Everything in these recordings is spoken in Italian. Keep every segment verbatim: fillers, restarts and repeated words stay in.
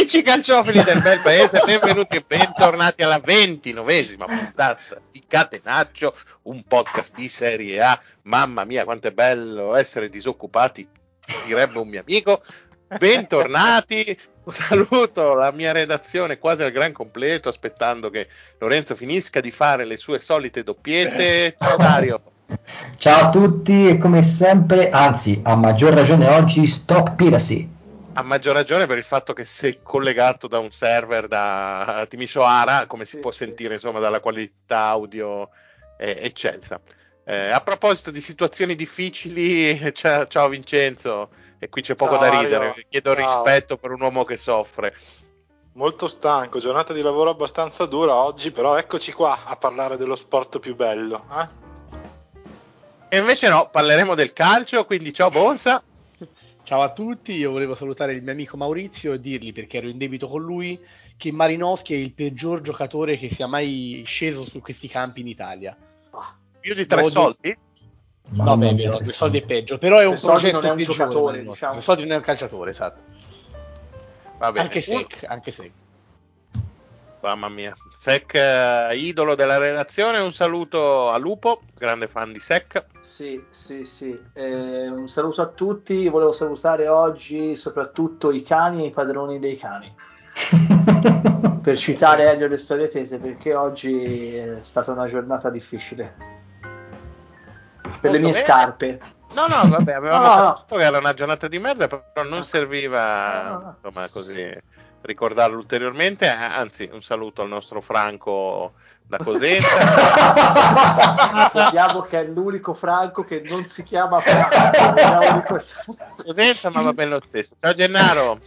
Amici calciofili del bel paese, benvenuti e bentornati alla ventinovesima puntata di Catenaccio, un podcast di Serie A. Mamma mia, quanto è bello essere disoccupati, direbbe un mio amico. Bentornati, saluto la mia redazione quasi al gran completo, aspettando che Lorenzo finisca di fare le sue solite doppiette. Ciao Dario. Ciao a tutti e come sempre, anzi a maggior ragione oggi, stop piracy. A maggior ragione per il fatto che sei collegato da un server da Timisoara, come si sì, può sì. sentire insomma dalla qualità audio eh, eccelsa. Eh, a proposito di situazioni difficili, ciao, ciao Vincenzo, e qui c'è poco Ciao, da Mario. ridere, chiedo Ciao. rispetto per un uomo che soffre. Molto stanco, giornata di lavoro abbastanza dura oggi, però eccoci qua a parlare dello sport più bello. Eh? E invece no, parleremo del calcio, quindi ciao Bonsa. Ciao a tutti, io volevo salutare il mio amico Maurizio e dirgli, perché ero in debito con lui, che Marinowski è il peggior giocatore che sia mai sceso su questi campi in Italia. Ah, Più di tre Lo odio- soldi? No, Mamma beh, mia, per che due soldi è santo. peggio, però è un Per soldi progetto non è un peggiore, giocatore, Marinowski. diciamo. Per soldi non è un calciatore, esatto. Va bene. Anche Un- Sec, anche Sec. Mamma mia, Sec, eh, idolo della redazione, un saluto a Lupo, grande fan di Sec. Sì, sì, sì. Eh, un saluto a tutti. Volevo salutare oggi soprattutto i cani e i padroni dei cani. Per citare Elio Le Storie Tese, perché oggi è stata una giornata difficile. Per Molto le mie bene. scarpe. No, no, vabbè, avevamo No, no, no. capito che era una giornata di merda, però non No, serviva, no, no. insomma, così ricordarlo ulteriormente. Anzi, un saluto al nostro Franco da Cosenza. Ricordiamo che è l'unico Franco che non si chiama Franco. Vogliamo ricordare. Cosenza, ma va bene lo stesso. Ciao Gennaro.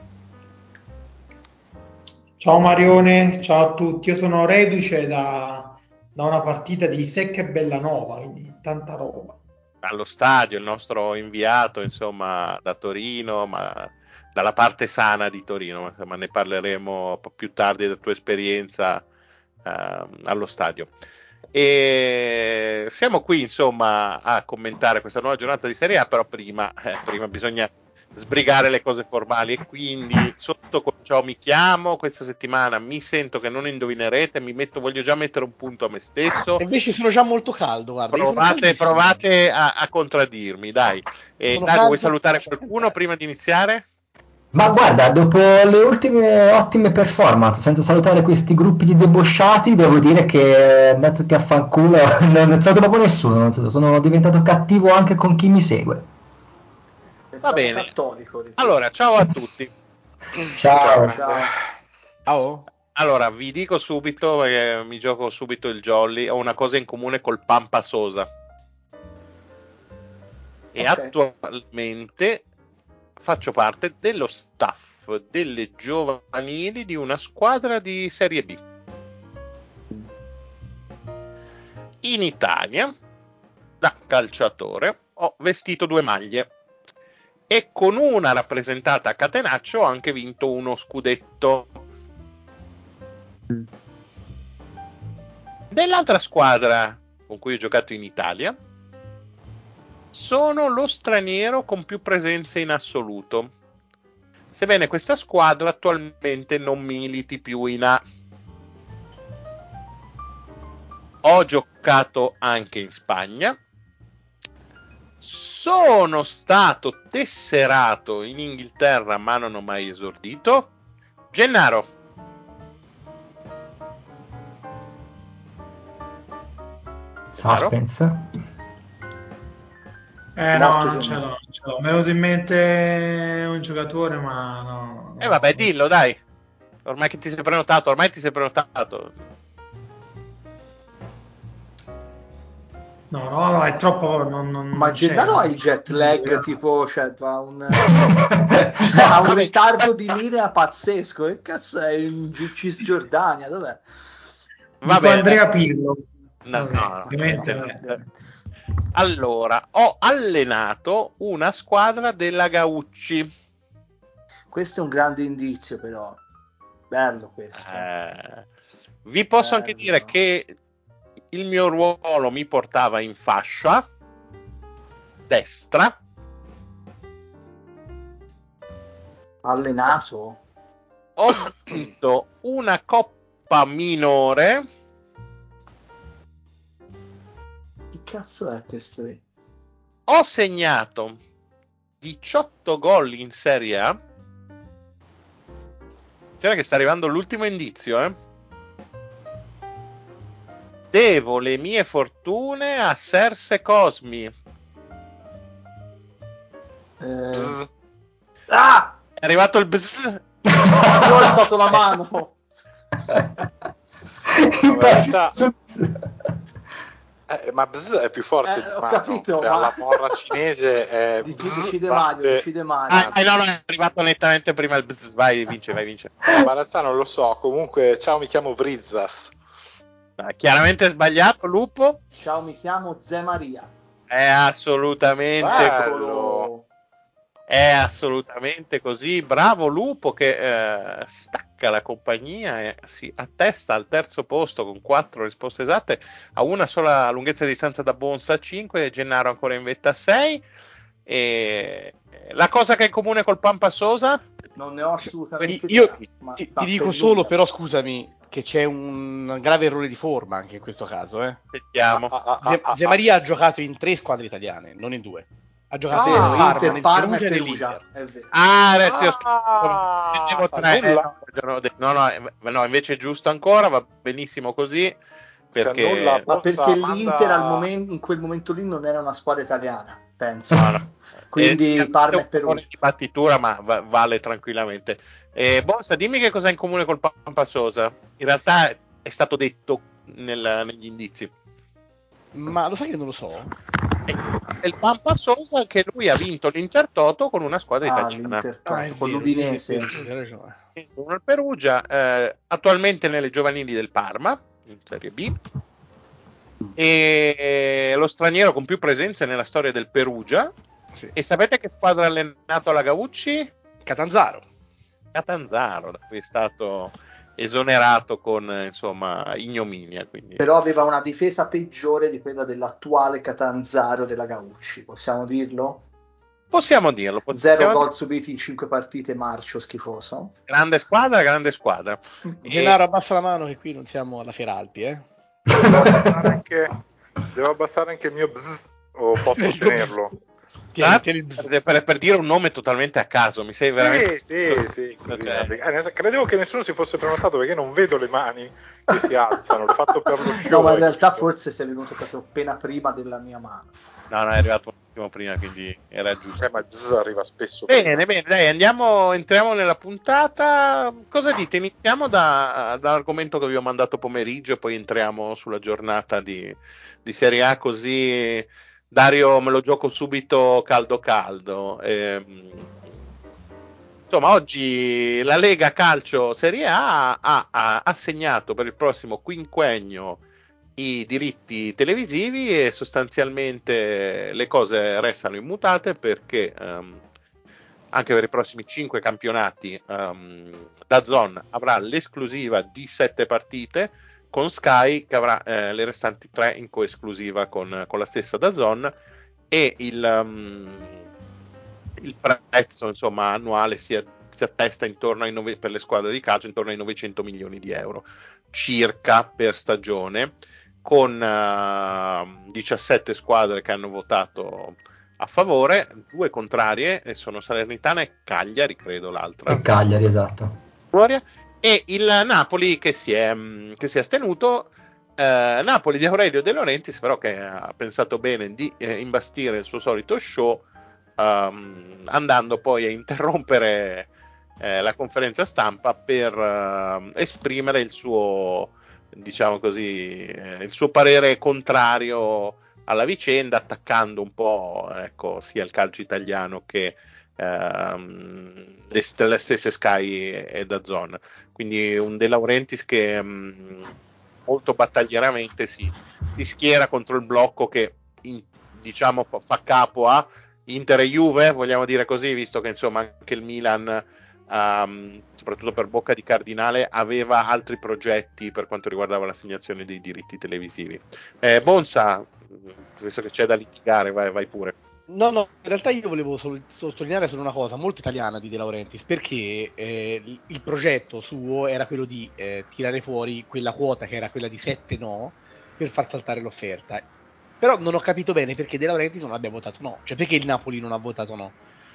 Ciao Marione, ciao a tutti. Io sono reduce da, da una partita di Secca e Bellanova, quindi tanta roba. Allo stadio, il nostro inviato, insomma, da Torino, ma dalla parte sana di Torino, insomma, ne parleremo un po' più tardi della tua esperienza eh, allo stadio. E siamo qui, insomma, a commentare questa nuova giornata di Serie A, però prima, eh, prima bisogna sbrigare le cose formali e quindi sotto ciò mi chiamo questa settimana, mi sento che non indovinerete, mi metto, voglio già mettere un punto a me stesso. E invece sono già molto caldo, guarda. io sono Provate, caldissimo. provate a, a contraddirmi, dai. E Sono Dago, vuoi caldo. salutare qualcuno prima di iniziare? Ma guarda, dopo le ultime ottime performance, senza salutare questi gruppi di debosciati, devo dire che andate tutti a fanculo, non non saluto proprio nessuno, non saluto, sono diventato cattivo anche con chi mi segue. Va bene. Cattolico, Allora, ciao a tutti. Ciao. Ciao. Ciao. Allora, vi dico subito, perché mi gioco subito il jolly, ho una cosa in comune col Pampa Sosa. E Ok. attualmente faccio parte dello staff delle giovanili di una squadra di Serie B. In Italia, da calciatore, ho vestito due maglie e con una rappresentata a Catenaccio ho anche vinto uno scudetto. Dell'altra squadra con cui ho giocato in Italia, sono lo straniero con più presenze in assoluto, sebbene questa squadra attualmente non militi più in A. Ho giocato anche in Spagna, sono stato tesserato in Inghilterra ma non ho mai esordito. Gennaro. Suspense. Eh no, Morto non ce Gennaro. l'ho, non ce l'ho. Mi è venuto in mente un giocatore, ma no. E eh no. vabbè, dillo, dai. Ormai che ti sei prenotato, ormai ti sei prenotato. No, no, no, è troppo. Non, non, Ma non c'è. Gennaro ha il jet lag, tipo, cioè, ha un, ha un ritardo di linea pazzesco. Che cazzo è in G- Cisgiordania? Dov'è? Va Dico bene. Andrea Pirlo. No, Vabbè, no, no, ovviamente no. no. Allora, ho allenato una squadra della Gaucci. Questo è un grande indizio, però. Bello questo. Eh, vi posso Bello. anche dire che il mio ruolo mi portava in fascia destra. Allenato? ho vinto una coppa minore. Che cazzo è questo? Ho segnato diciotto gol in Serie A. Attenzione che sta arrivando l'ultimo indizio, eh. Devo le mie fortune a Serse Cosmi. Eh... Ah! È arrivato il bzz. Ho alzato la mano. In realtà... Eh, ma bzz è più forte eh, di ho mano. capito, cioè, ma... la morra cinese è decide batte... Mario, decide Mario. Ah, ah, no, no, è arrivato nettamente prima il bzz. Vai, vince, vai, vince. No, ma in realtà non lo so. Comunque, ciao, mi chiamo Vrizzas. Ah, chiaramente sbagliato, Lupo. Ciao, mi chiamo Ze Maria. È assolutamente Bello. È assolutamente così. Bravo Lupo che eh, stacca la compagnia e si attesta al terzo posto con quattro risposte esatte, a una sola lunghezza di distanza da Bonsa a cinque, Gennaro ancora in vetta a sei. E la cosa che è in comune col Pampa Sosa? Non ne ho assolutamente Io idea, ma ti, va ti dico per solo, nulla. però scusami, che c'è un grave errore di forma anche in questo caso. Eh. Sentiamo. Ah, ah, ah, Ze, ah, Ze Maria ha giocato in tre squadre italiane, non in due. Ha giocato Vero, nel Parma, Inter, nel Parma Perugia e e Perugia, nell'Inter. è vero. Ah, ragazzi, io Ah, intendevo sa tre. nulla. Eh, no, no, no, eh, no, invece è giusto ancora, va benissimo così. Se Perché annulla, Ma Bonsa perché manda- l'Inter al momento, in quel momento lì non era una squadra italiana, penso. No, no. Quindi Eh, Parma e un po' Perugia. di battitura, ma va- vale tranquillamente. Eh, Bonsa, dimmi che cosa ha in comune col Pampa Sosa. In realtà è stato detto nel- negli indizi. Ma lo sai che non lo so? È il Pampa Sosa che lui ha vinto l'Intertoto con una squadra Ah, italiana. l'Inter Ah, è con vero, l'Udinese. è vero, hai ragione. Uno al Perugia, eh, attualmente nelle giovanili del Parma, in Serie B. E lo straniero con più presenze nella storia del Perugia. Sì. E sapete che squadra ha allenato alla Gaucci? Catanzaro. Catanzaro, da cui è stato esonerato con insomma ignominia. Quindi. Però aveva una difesa peggiore di quella dell'attuale Catanzaro della Gaucci, possiamo dirlo? Possiamo dirlo. Possiamo Zero gol dirlo. subiti in cinque partite, marcio schifoso. Grande squadra, grande squadra. Gennaro, E- abbassa la mano che qui non siamo alla Feralpi, eh? Devo abbassare anche, devo abbassare anche il mio bzz, o posso tenerlo? Tieni, Ah, tieni il- per, per- per dire un nome totalmente a caso, mi sei veramente. Sì, sì, sì, così. Cioè, Eh, credevo che nessuno si fosse prenotato perché non vedo le mani che si alzano. L'ho fatto per lo show. No, ma in è realtà questo. forse sei venuto proprio appena prima della mia mano. no, no, è arrivato un attimo prima, quindi era giusto. Eh, ma bzz arriva spesso. Bene, prima. bene, dai, andiamo, entriamo nella puntata. Cosa dite? Iniziamo da, dall'argomento che vi ho mandato pomeriggio e poi entriamo sulla giornata di, di Serie A, così Dario me lo gioco subito caldo caldo. Ehm, insomma, oggi la Lega Calcio Serie A ha, ha assegnato per il prossimo quinquennio i diritti televisivi e sostanzialmente le cose restano immutate perché um, anche per i prossimi cinque campionati um, DAZN avrà l'esclusiva di sette partite con Sky che avrà eh, le restanti tre in coesclusiva con, con la stessa DAZN e il, um, il prezzo insomma annuale si, si attesta intorno ai nove, per le squadre di calcio intorno ai novecento milioni di euro circa per stagione, con uh, diciassette squadre che hanno votato a favore, due contrarie, e sono Salernitana e Cagliari, credo l'altra. E Cagliari, esatto. E il Napoli che si è, che si è astenuto. Eh, Napoli di Aurelio De Laurentiis, però, che ha pensato bene di eh, imbastire il suo solito show, um, andando poi a interrompere eh, la conferenza stampa per uh, esprimere il suo, diciamo così, eh, il suo parere contrario alla vicenda, attaccando un po', ecco, sia il calcio italiano che ehm, le, st- le stesse Sky e, e DAZN. Quindi un De Laurentiis che mh, molto battaglieramente si, si schiera contro il blocco che in, diciamo fa, fa capo a Inter e Juve, vogliamo dire così, visto che insomma anche il Milan Um, soprattutto per bocca di Cardinale aveva altri progetti per quanto riguardava l'assegnazione dei diritti televisivi. eh, Bonsa, visto che c'è da litigare, vai, vai pure. No, no, in realtà io volevo sol- sottolineare solo una cosa molto italiana di De Laurentiis, perché eh, il, il progetto suo era quello di eh, tirare fuori quella quota che era quella di sette no per far saltare l'offerta. Però non ho capito bene perché De Laurentiis non abbia votato no, cioè perché il Napoli non ha votato no.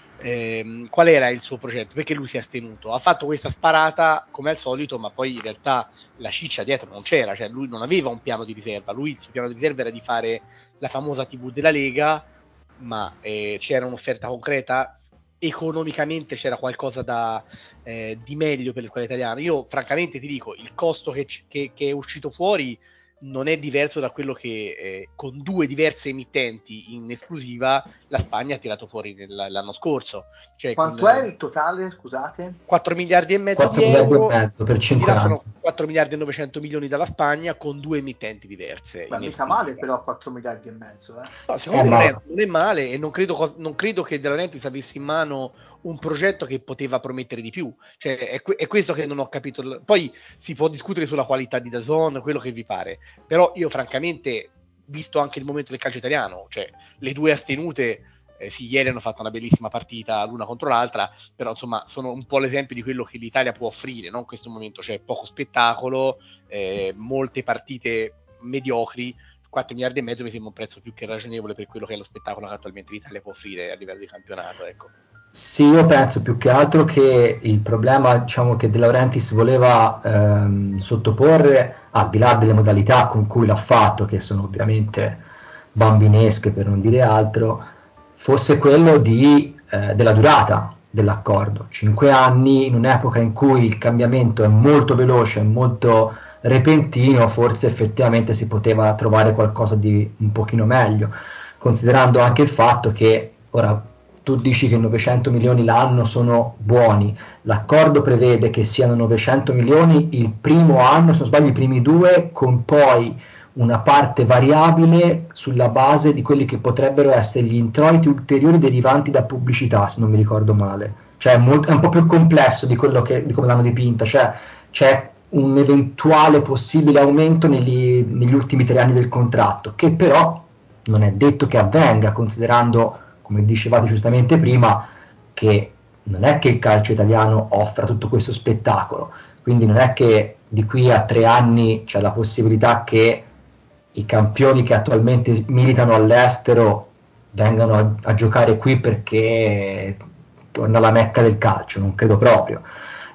Ehm, qual era il suo progetto? Perché lui si è astenuto? Ha fatto questa sparata come al solito, ma poi in realtà la ciccia dietro non c'era, cioè lui non aveva un piano di riserva, lui il suo piano di riserva era di fare la famosa tivù della Lega, ma eh, c'era un'offerta concreta, economicamente c'era qualcosa da, eh, di meglio per il squadra italiana. Io francamente ti dico, il costo che, che, che è uscito fuori non è diverso da quello che eh, con due diverse emittenti in esclusiva la Spagna ha tirato fuori nel, l'anno scorso. Cioè, Quanto con, è il totale, scusate? quattro miliardi e mezzo quattro di miliardi e euro, mezzo per di cinque là anni. sono quattro miliardi e novecento milioni dalla Spagna con due emittenti diverse. Beh, in mica esclusiva. male però quattro miliardi e mezzo, eh. No, secondo Eh, me ma non è, non è male e non credo, non credo che De Laurentiis avesse in mano un progetto che poteva promettere di più. Cioè, è, que- è questo che non ho capito. Poi si può discutere sulla qualità di D A Z N, quello che vi pare, però io francamente, visto anche il momento del calcio italiano, cioè le due astenute, eh, sì, ieri hanno fatto una bellissima partita l'una contro l'altra, però insomma sono un po' l'esempio di quello che l'Italia può offrire, no? In questo momento c'è poco spettacolo, eh, molte partite mediocri. quattro miliardi e mezzo mi sembra un prezzo più che ragionevole per quello che è lo spettacolo che attualmente l'Italia può offrire a livello di campionato, ecco. sì, io penso più che altro che il problema, diciamo, che De Laurentiis voleva ehm, sottoporre, al di là delle modalità con cui l'ha fatto, che sono ovviamente bambinesche per non dire altro, fosse quello di, eh, della durata dell'accordo. Cinque anni in un'epoca in cui il cambiamento è molto veloce, molto repentino, forse effettivamente si poteva trovare qualcosa di un pochino meglio, considerando anche il fatto che ora tu dici che novecento milioni l'anno sono buoni, l'accordo prevede che siano novecento milioni il primo anno, se non sbaglio i primi due, con poi una parte variabile sulla base di quelli che potrebbero essere gli introiti ulteriori derivanti da pubblicità, se non mi ricordo male. Cioè è, molto, è un po' più complesso di quello che, di come l'hanno dipinta, cioè c'è un eventuale possibile aumento negli, negli ultimi tre anni del contratto, che però non è detto che avvenga, considerando, come dicevate giustamente prima, che non è che il calcio italiano offra tutto questo spettacolo, quindi non è che di qui a tre anni c'è la possibilità che i campioni che attualmente militano all'estero vengano a, a giocare qui perché torna la mecca del calcio, non credo proprio.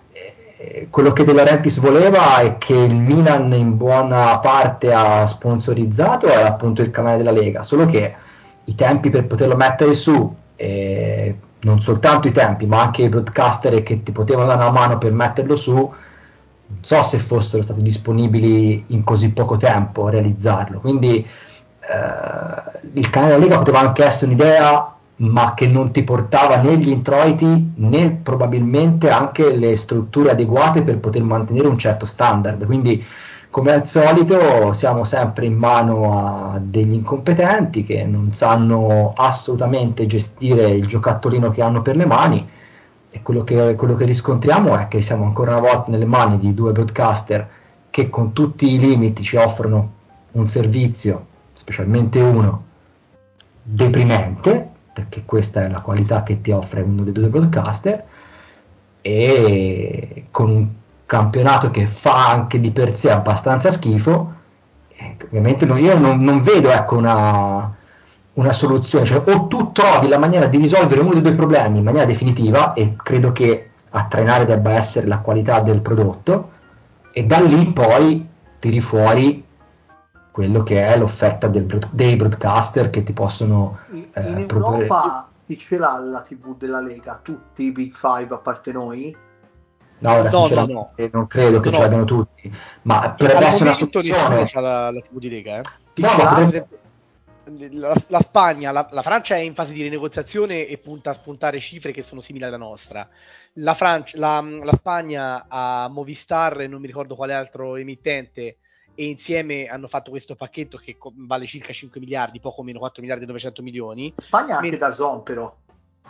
Eh, quello che De Laurentiis voleva e che il Milan in buona parte ha sponsorizzato era appunto il canale della Lega, solo che i tempi per poterlo mettere su, eh, non soltanto i tempi ma anche i broadcaster che ti potevano dare una mano per metterlo su, non so se fossero stati disponibili in così poco tempo a realizzarlo, quindi eh, il canale della Lega poteva anche essere un'idea ma che non ti portava né gli introiti né probabilmente anche le strutture adeguate per poter mantenere un certo standard, quindi come al solito siamo sempre in mano a degli incompetenti che non sanno assolutamente gestire il giocattolino che hanno per le mani, e quello che, quello che riscontriamo è che siamo ancora una volta nelle mani di due broadcaster che con tutti i limiti ci offrono un servizio, specialmente uno, deprimente, perché questa è la qualità che ti offre uno dei due broadcaster, e con un campionato che fa anche di per sé abbastanza schifo. E ovviamente non, io non, non vedo ecco, una, una soluzione, cioè o tu trovi la maniera di risolvere uno dei due problemi in maniera definitiva, e credo che a trainare debba essere la qualità del prodotto, e da lì poi tiri fuori quello che è l'offerta del, dei broadcaster che ti possono In, in eh, proporre. Europa chi ce l'ha la tivù della Lega? Tutti i Big Five a parte noi? No, ora No, no, sinceramente no. non credo che No, ce no. l'abbiano tutti, ma E potrebbe al essere una momento nessuno soluzione. ha la, la tivù di Lega, eh. Chi No, ce ma l'ha? Per potrebbe... esempio, la, la Spagna, la, la Francia è in fase di rinegoziazione e punta a spuntare cifre che sono simili alla nostra. La, Francia, la, la Spagna ha Movistar e non mi ricordo quale altro emittente, e insieme hanno fatto questo pacchetto che vale circa cinque miliardi, poco meno quattro miliardi e novecento milioni. In Spagna anche Mentre, da Zon però.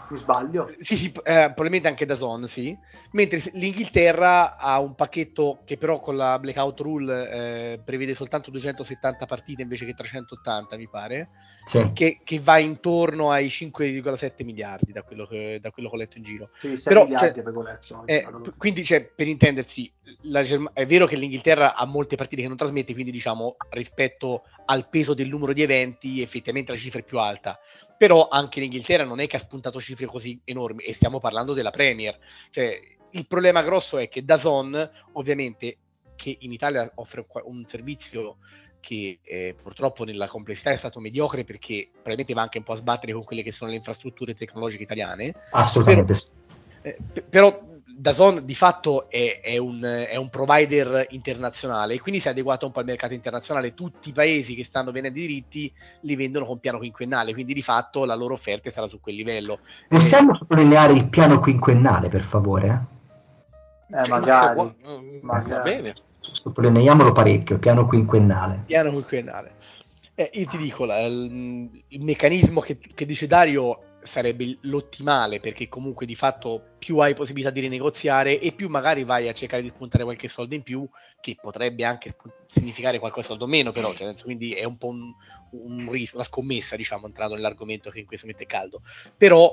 Mi sbaglio? Sì, sì, eh, probabilmente anche DAZN, sì. Mentre l'Inghilterra ha un pacchetto che però con la blackout rule eh, prevede soltanto duecentosettanta partite invece che trecentottanta, mi pare, Sì. che, che va intorno ai cinque virgola sette miliardi da quello che, da quello che ho letto in giro. Sì, sei Però, miliardi cioè, avevo letto oggi. eh, allora. quindi, cioè, per intendersi, la Germ- è vero che l'Inghilterra ha molte partite che non trasmette, quindi diciamo rispetto al peso del numero di eventi effettivamente la cifra è più alta. Però anche l'Inghilterra non è che ha spuntato cifre così enormi e stiamo parlando della Premier. Cioè, il problema grosso è che DAZN, ovviamente, che in Italia offre un, un servizio che eh, purtroppo nella complessità è stato mediocre perché probabilmente va anche un po' a sbattere con quelle che sono le infrastrutture tecnologiche italiane. Assolutamente Però, eh, però DAZN di fatto è, è, un, è un provider internazionale e quindi si è adeguato un po' al mercato internazionale. Tutti i paesi che stanno vendendo i diritti li vendono con piano quinquennale, quindi di fatto la loro offerta sarà su quel livello. Possiamo Eh, sottolineare il piano quinquennale, per favore? Eh, cioè, magari, va, magari. va bene. Sottolineiamolo parecchio, piano quinquennale. Piano quinquennale. Eh, io ti dico, la, il, il meccanismo che, che dice Dario sarebbe l'ottimale, perché comunque di fatto più hai possibilità di rinegoziare e più magari vai a cercare di spuntare qualche soldo in più, che potrebbe anche significare qualche soldo meno, però cioè, quindi è un po' un, un rischio, una scommessa, diciamo, entrato nell'argomento che in questo momento è caldo. Però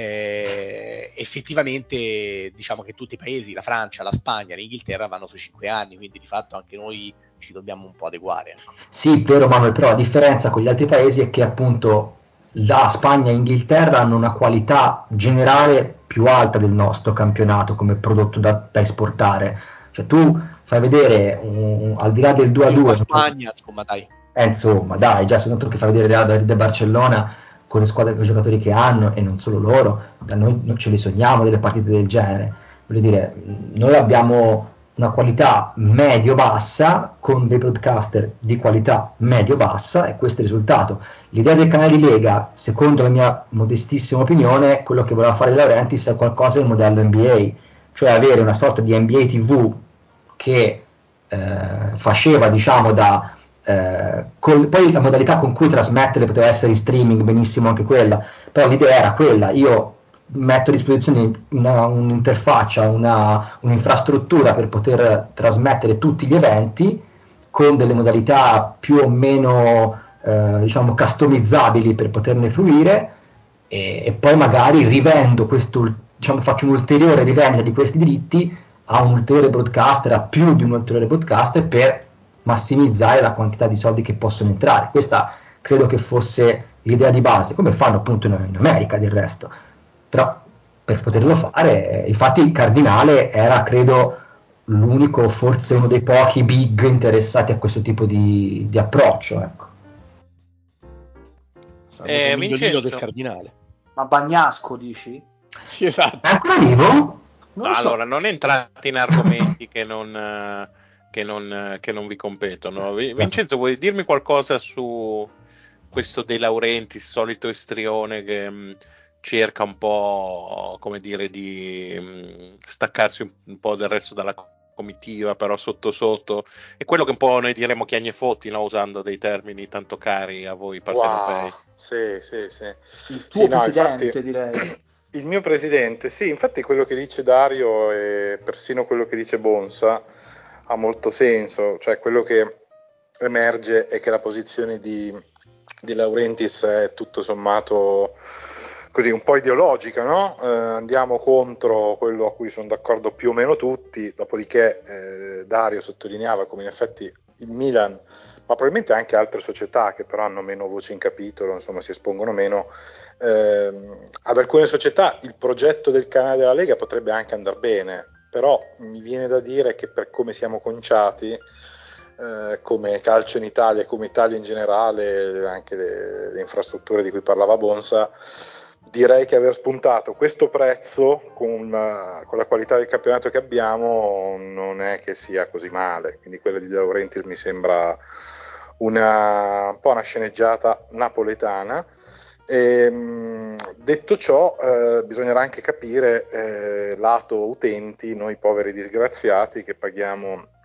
eh, effettivamente diciamo che tutti i paesi, la Francia, la Spagna, l'Inghilterra vanno su cinque anni, quindi di fatto anche noi ci dobbiamo un po' adeguare. Ecco. Sì, vero Manuel, però la differenza con gli altri paesi è che appunto la Spagna e Inghilterra hanno una qualità generale più alta del nostro campionato come prodotto da, da esportare. Cioè tu fai vedere, un, al di là del due a due, Spagna, insomma, dai. Eh, insomma, dai, già soltanto che fa vedere Real de Barcellona con le squadre, con i giocatori che hanno, e non solo loro, da noi non ce li sogniamo delle partite del genere. Voglio dire, noi abbiamo una qualità medio-bassa con dei broadcaster di qualità medio-bassa e questo è il risultato. L'idea del canale di Lega, secondo la mia modestissima opinione, quello che voleva fare De Laurentiis è qualcosa del modello N B A, cioè avere una sorta di N B A T V che eh, faceva, diciamo, da eh, col, poi la modalità con cui trasmettere poteva essere in streaming, benissimo anche quella, però l'idea era quella, io metto a disposizione una, un'interfaccia, una, un'infrastruttura per poter trasmettere tutti gli eventi con delle modalità più o meno eh, diciamo customizzabili per poterne fruire e, e poi magari rivendo questo, diciamo, faccio un'ulteriore rivendita di questi diritti a un ulteriore broadcaster, a più di un ulteriore broadcaster per massimizzare la quantità di soldi che possono entrare. Questa credo che fosse l'idea di base, come fanno appunto in, in America del resto. Però per poterlo fare, infatti il Cardinale era, credo, l'unico, forse uno dei pochi big interessati a questo tipo di, di approccio. Ecco. Eh, Il migliolino del Vincenzo, Cardinale. Ma Bagnasco dici? Sì, esatto. È ancora vivo? Non no, lo so. allora non entrate in argomenti che non, eh, che non, eh, che non vi competono. Vi- Vincenzo, vuoi dirmi qualcosa su questo De Laurentiis, solito istrione che mh, cerca un po', come dire, di mh, staccarsi un, un po' del resto dalla comitiva, però sotto sotto è quello che un po' noi diremo chiagnefotti, no? Usando dei termini tanto cari a voi partenopei. Wow, sì, sì, sì. Il tuo Sì, no, presidente, infatti, direi. il mio presidente, sì, infatti quello che dice Dario e persino quello che dice Bonsa ha molto senso, cioè quello che emerge è che la posizione di, di Laurentiis è tutto sommato così un po' ideologica, no? Eh, andiamo contro quello a cui sono d'accordo più o meno tutti, dopodiché eh, Dario sottolineava come in effetti il Milan, ma probabilmente anche altre società che però hanno meno voce in capitolo, insomma si espongono meno, ehm, ad alcune società il progetto del canale della Lega potrebbe anche andare bene, però mi viene da dire che per come siamo conciati, eh, come calcio in Italia, come Italia in generale, anche le, le infrastrutture di cui parlava Bonsa, direi che aver spuntato questo prezzo con la, con la qualità del campionato che abbiamo non è che sia così male, quindi quella di De Laurentiis mi sembra una, un po' una sceneggiata napoletana. E, detto ciò, eh, bisognerà anche capire eh, lato utenti, noi poveri disgraziati che paghiamo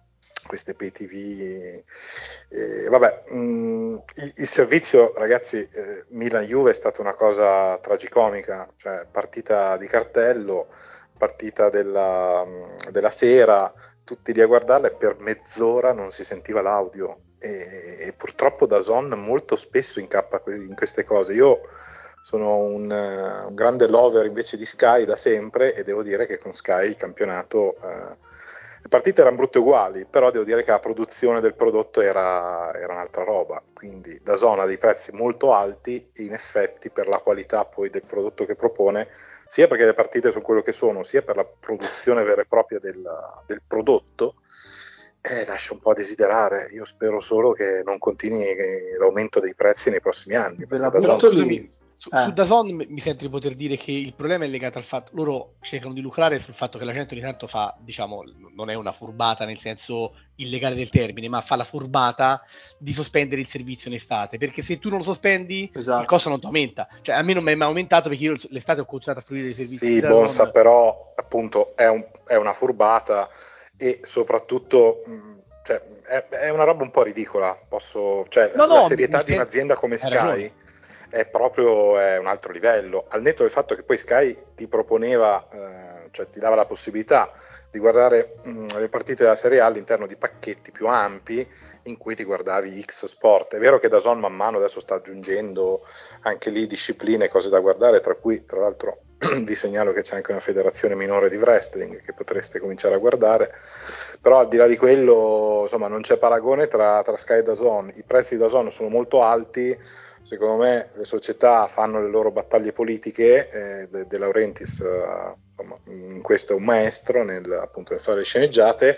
queste pay tivù. Eh, vabbè, mh, il, il servizio, ragazzi, eh, Milan-Juve è stata una cosa tragicomica, cioè partita di cartello, partita della, della sera, tutti lì a guardarla e per mezz'ora non si sentiva l'audio e, e purtroppo DAZN molto spesso incappa in queste cose. Io sono un, un grande lover invece di Sky da sempre e devo dire che con Sky il campionato, eh, le partite erano brutte uguali, però devo dire che la produzione del prodotto era, era un'altra roba, quindi DAZN ha dei prezzi molto alti in effetti per la qualità poi del prodotto che propone, sia perché le partite sono quello che sono, sia per la produzione vera e propria del, del prodotto, eh, lascia un po' a desiderare. Io spero solo che non continui l'aumento dei prezzi nei prossimi anni. Ve la DAZN... butto Scusami, lì. su, Eh. su DAZN mi sento di poter dire che il problema è legato al fatto loro cercano di lucrare sul fatto che la gente ogni tanto fa, diciamo, non è una furbata nel senso illegale del termine, ma fa la furbata di sospendere il servizio in estate, perché se tu non lo sospendi Esatto. il costo non ti aumenta. Cioè a me non mi è mai aumentato perché io l'estate ho continuato a fruire dei servizi Sì, di Bonsa, DAZN. però appunto è, un, è una furbata e soprattutto mh, cioè, è, è una roba un po' ridicola. Posso, cioè, No, la no, serietà mi di sen- un'azienda come hai Sky ragione. è proprio è un altro livello, al netto del fatto che poi Sky ti proponeva, eh, cioè ti dava la possibilità di guardare mh, le partite della Serie A all'interno di pacchetti più ampi in cui ti guardavi X Sport. È vero che DAZN man mano adesso sta aggiungendo anche lì discipline e cose da guardare, tra cui tra l'altro vi segnalo che c'è anche una federazione minore di wrestling che potreste cominciare a guardare, però al di là di quello insomma non c'è paragone tra, tra Sky e DAZN. I prezzi di DAZN sono molto alti, secondo me le società fanno le loro battaglie politiche, eh, De, De Laurentiis eh, insomma, in questo è un maestro nel, appunto, nelle storie sceneggiate,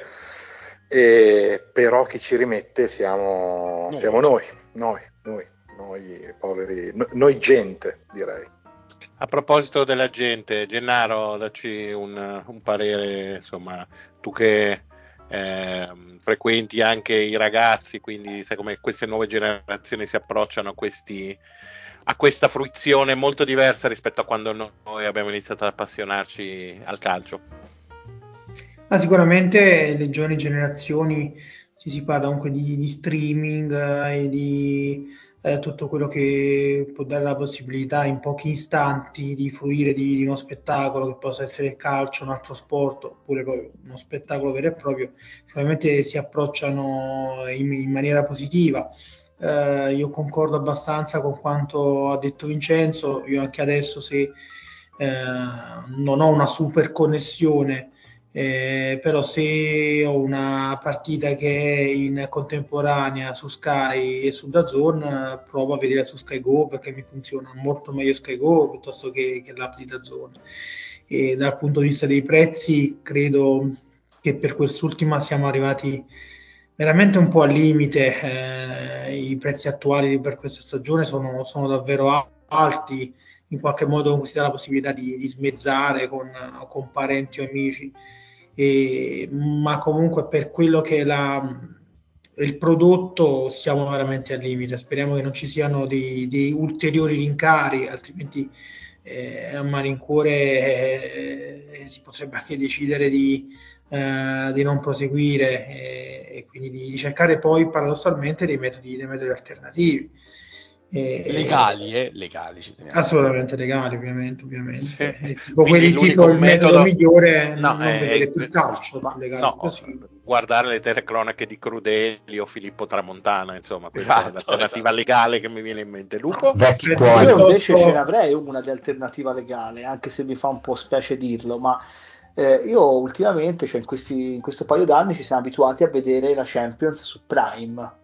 e però chi ci rimette siamo, No. siamo noi, noi, noi, noi poveri, no, noi gente direi. A proposito della gente, Gennaro, dacci un, un parere, insomma, tu che eh, frequenti anche i ragazzi, quindi sai come queste nuove generazioni si approcciano a, questi, a questa fruizione molto diversa rispetto a quando noi abbiamo iniziato ad appassionarci al calcio. Ah, sicuramente le giovani generazioni, ci si parla comunque di, di streaming eh, e di eh, tutto quello che può dare la possibilità in pochi istanti di fruire di, di uno spettacolo che possa essere il calcio, un altro sport oppure proprio uno spettacolo vero e proprio, sicuramente si approcciano in, in maniera positiva. Eh, io concordo abbastanza con quanto ha detto Vincenzo, io anche adesso se eh, non ho una super connessione, eh, però se ho una partita che è in contemporanea su Sky e su DAZN, provo a vedere su Sky Go perché mi funziona molto meglio Sky Go piuttosto che, che l'app di DAZN. E dal punto di vista dei prezzi credo che per quest'ultima siamo arrivati veramente un po' al limite. Eh, i prezzi attuali per questa stagione sono, sono davvero alti, in qualche modo si dà la possibilità di, di smezzare con, con parenti o amici, e, ma comunque per quello che è la, il prodotto siamo veramente al limite. Speriamo che non ci siano dei, dei ulteriori rincari, altrimenti eh, a malincuore eh, si potrebbe anche decidere di, eh, di non proseguire eh, e quindi di, di cercare poi paradossalmente dei metodi, dei metodi alternativi. E, Legali, eh, legali ci teniamo. Assolutamente legali, ovviamente, ovviamente. Sì. E tipo Quindi quelli l'unico tipo il metodo, metodo migliore no, non è, vedere è, più calcio, Ma legali no, così. guardare le telecronache di Crudeli o Filippo Tramontana, insomma, questa è Esatto, l'alternativa esatto. legale che mi viene in mente. Lupo? Vecchi Prezzi cuori. io invece ce piuttosto n'avrei una di alternativa legale, anche se mi fa un po' specie dirlo, ma eh, io ultimamente, cioè in, questi, in questo paio d'anni, ci siamo abituati a vedere la Champions su Prime.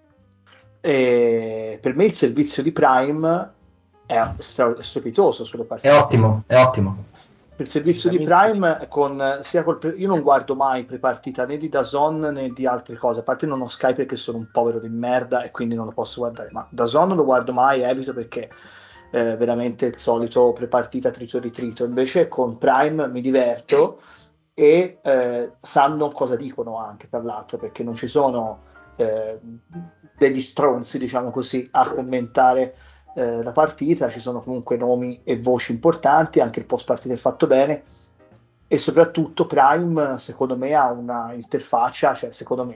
E per me il servizio di Prime è stra- strepitoso sulle È partite. ottimo, è ottimo. Il servizio di Prime con sia col pre- io non guardo mai prepartita né di DAZN né di altre cose, a parte non ho Sky perché sono un povero di merda e quindi non lo posso guardare, ma DAZN non lo guardo mai, evito perché eh, veramente il solito prepartita trito ritrito. Invece con Prime mi diverto e eh, sanno cosa dicono anche, tra l'altro, perché non ci sono eh, degli stronzi, diciamo così, a commentare eh, la partita, ci sono comunque nomi e voci importanti, anche il post partita è fatto bene e soprattutto Prime secondo me ha una interfaccia, cioè secondo me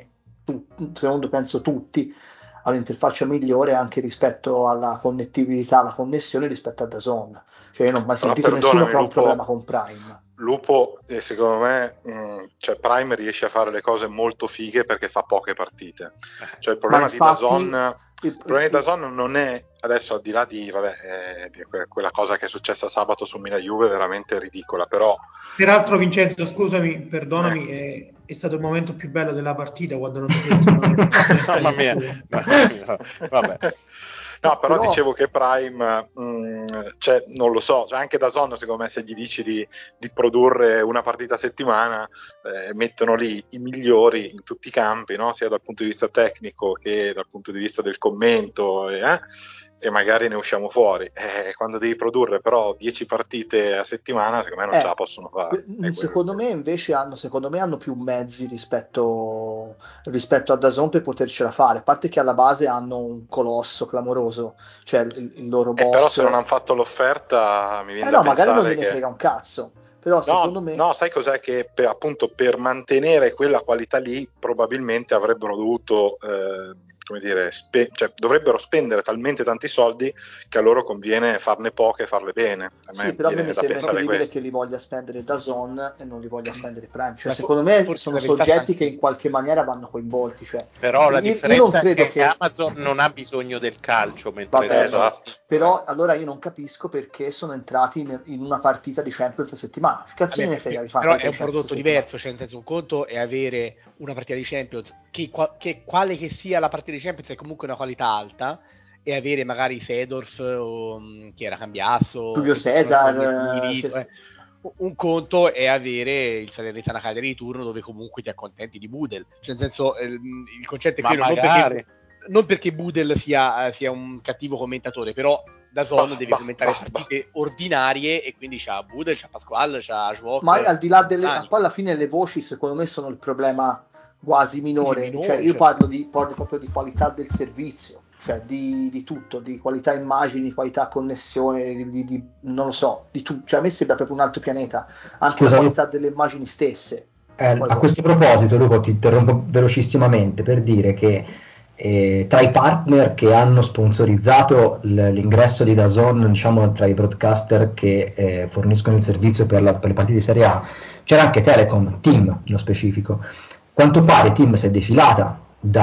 tu, secondo penso tutti, ha un'interfaccia migliore anche rispetto alla connettibilità, alla connessione rispetto a DAZN. Cioè io non ho mai sentito nessuno che ha un Lupo, problema con Prime. Lupo, eh, secondo me, mh, cioè Prime riesce a fare le cose molto fighe perché fa poche partite. Cioè il problema infatti, di DAZN, il, il problema di DAZN non è, adesso al di là di, vabbè, eh, di que- quella cosa che è successa sabato su Milan Juve, veramente ridicola, però... Peraltro Vincenzo, scusami, perdonami, eh. è, è stato il momento più bello della partita quando non si Mamma mia, mamma mia. Vabbè. No, però, però dicevo che Prime, mh, cioè, non lo so, cioè anche DAZN secondo me se gli dici di, di produrre una partita a settimana, eh, mettono lì i migliori in tutti i campi, no? Sia dal punto di vista tecnico che dal punto di vista del commento, eh? E magari ne usciamo fuori. Eh, quando devi produrre però dieci partite a settimana, secondo me non eh, ce la possono fare. secondo me invece hanno, secondo me hanno più mezzi rispetto, rispetto a DAZN per potercela fare, a parte che alla base hanno un colosso clamoroso, cioè il, il loro boss. Eh, però se non hanno fatto l'offerta mi viene eh da no, magari non pensare gliene che... frega un cazzo, però No, secondo me... no, sai cos'è? Che per, appunto per mantenere quella qualità lì probabilmente avrebbero dovuto, eh, come dire, spe- cioè, dovrebbero spendere talmente tanti soldi che a loro conviene farne poche e farle bene. A me Sì, però a me viene mi da sembra pensare incredibile questo. che li voglia spendere DAZN e non li voglia spendere Prime. Cioè, Ma secondo for- me forse sono la verità sta soggetti anche- che in qualche maniera vanno coinvolti. Cioè, Però la io, io non differenza credo è che, che... Amazon non ha bisogno del calcio, mentre Va bene, Esatto. però allora io non capisco perché sono entrati in, in una partita di Champions a settimana. Che cazzo Vabbè, ne frega di per- fare però una è partita un di Champions prodotto a settimana? diverso, cioè nel senso un conto è avere una partita di Champions che, qua- che quale che sia la partita di Champions è comunque una qualità alta, e avere magari Seedorf o mh, chi era Cambiasso, Giulio che sono i Cesar, obiettivi, eh, eh. Un conto è avere il Salernitana Cagliari di turno dove comunque ti accontenti di Budel, cioè nel senso eh, il concetto è Ma quello, non magari. perché, non perché Budel sia, sia un cattivo commentatore, però DAZN Bah, deve bah, commentare bah, partite ordinarie e quindi c'ha Budel, c'ha Pasquale, c'ha Schwok, ma al di là delle... Dani. Poi alla fine le voci secondo me sono il problema quasi minore. Sì, minore, Cioè, io certo. parlo, di, parlo proprio di qualità del servizio, cioè di, di tutto, di qualità immagini, qualità connessione, di, di, di- non lo so, di tutto. Cioè a me sembra proprio un altro pianeta, anche Scusa, la Lu- qualità delle immagini stesse. Eh, Poi a boh. questo proposito, Lupo, ti interrompo velocissimamente per dire che eh, tra i partner che hanno sponsorizzato l- l'ingresso di DAZN, diciamo, tra i broadcaster che eh, forniscono il servizio per, la- per le partite di Serie A, c'era anche Telecom, TIM nello specifico. Quanto pare TIM si è defilata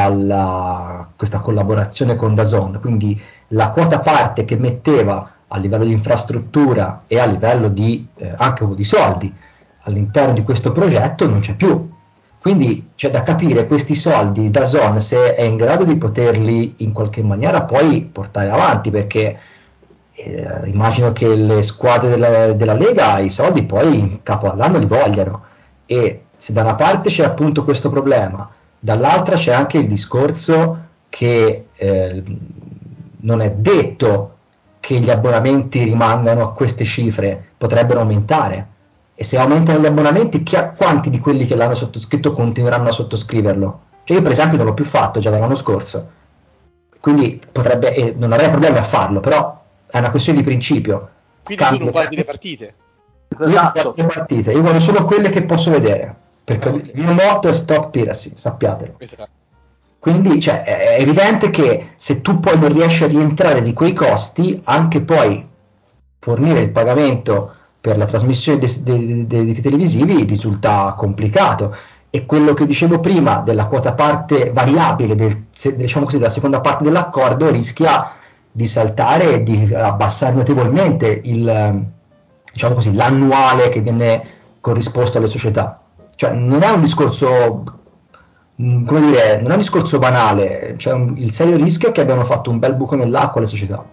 da questa collaborazione con DAZN, quindi la quota parte che metteva a livello di infrastruttura e a livello di, eh, anche di soldi all'interno di questo progetto non c'è più. Quindi c'è da capire questi soldi DAZN se è in grado di poterli in qualche maniera poi portare avanti, perché eh, immagino che le squadre della, della Lega i soldi poi in capo all'anno li vogliano, e se da una parte c'è appunto questo problema, dall'altra c'è anche il discorso che eh, non è detto che gli abbonamenti rimangano a queste cifre, potrebbero aumentare. E se aumentano gli abbonamenti, chi ha, quanti di quelli che l'hanno sottoscritto continueranno a sottoscriverlo? Cioè io per esempio non l'ho più fatto già dall'anno scorso, quindi potrebbe, eh, non avrei problemi a farlo, però è una questione di principio. Quindi Cambi tu non le guardi le carte- partite? Io non Esatto. guardo le partite, io guardo solo quelle che posso vedere, perché Ah, ok. il mio motto è stop piracy, sappiatelo. Esatto. Quindi cioè, è evidente che se tu poi non riesci a rientrare di quei costi, anche poi fornire il pagamento per la trasmissione dei, dei, dei, dei televisivi risulta complicato. E quello che dicevo prima della quota parte variabile del, diciamo così, della seconda parte dell'accordo rischia di saltare e di abbassare notevolmente il, diciamo così, l'annuale che viene corrisposto alle società. Cioè non è un discorso, come dire, non è un discorso banale, cioè un, il serio rischio è che abbiano fatto un bel buco nell'acqua alle società.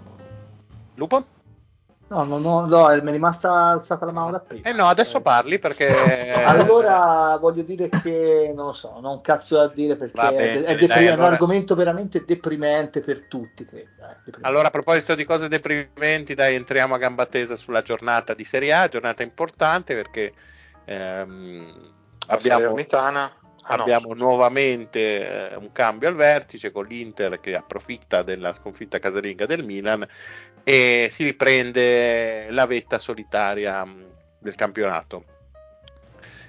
Lupo? No, no, no, no, mi è rimasta alzata la mano da prima. Eh no, adesso parli perché... Allora voglio dire che non lo so, non ho un cazzo da dire perché Va è, bene, è, dai, depri- è un allora- argomento veramente deprimente per tutti, credo. eh, deprimente. Allora, a proposito di cose deprimenti, dai, entriamo a gamba tesa sulla giornata di Serie A, giornata importante perché ehm, La abbiamo, Salernitana... Ah, no. abbiamo nuovamente eh, un cambio al vertice con l'Inter che approfitta della sconfitta casalinga del Milan e si riprende la vetta solitaria mh, del campionato.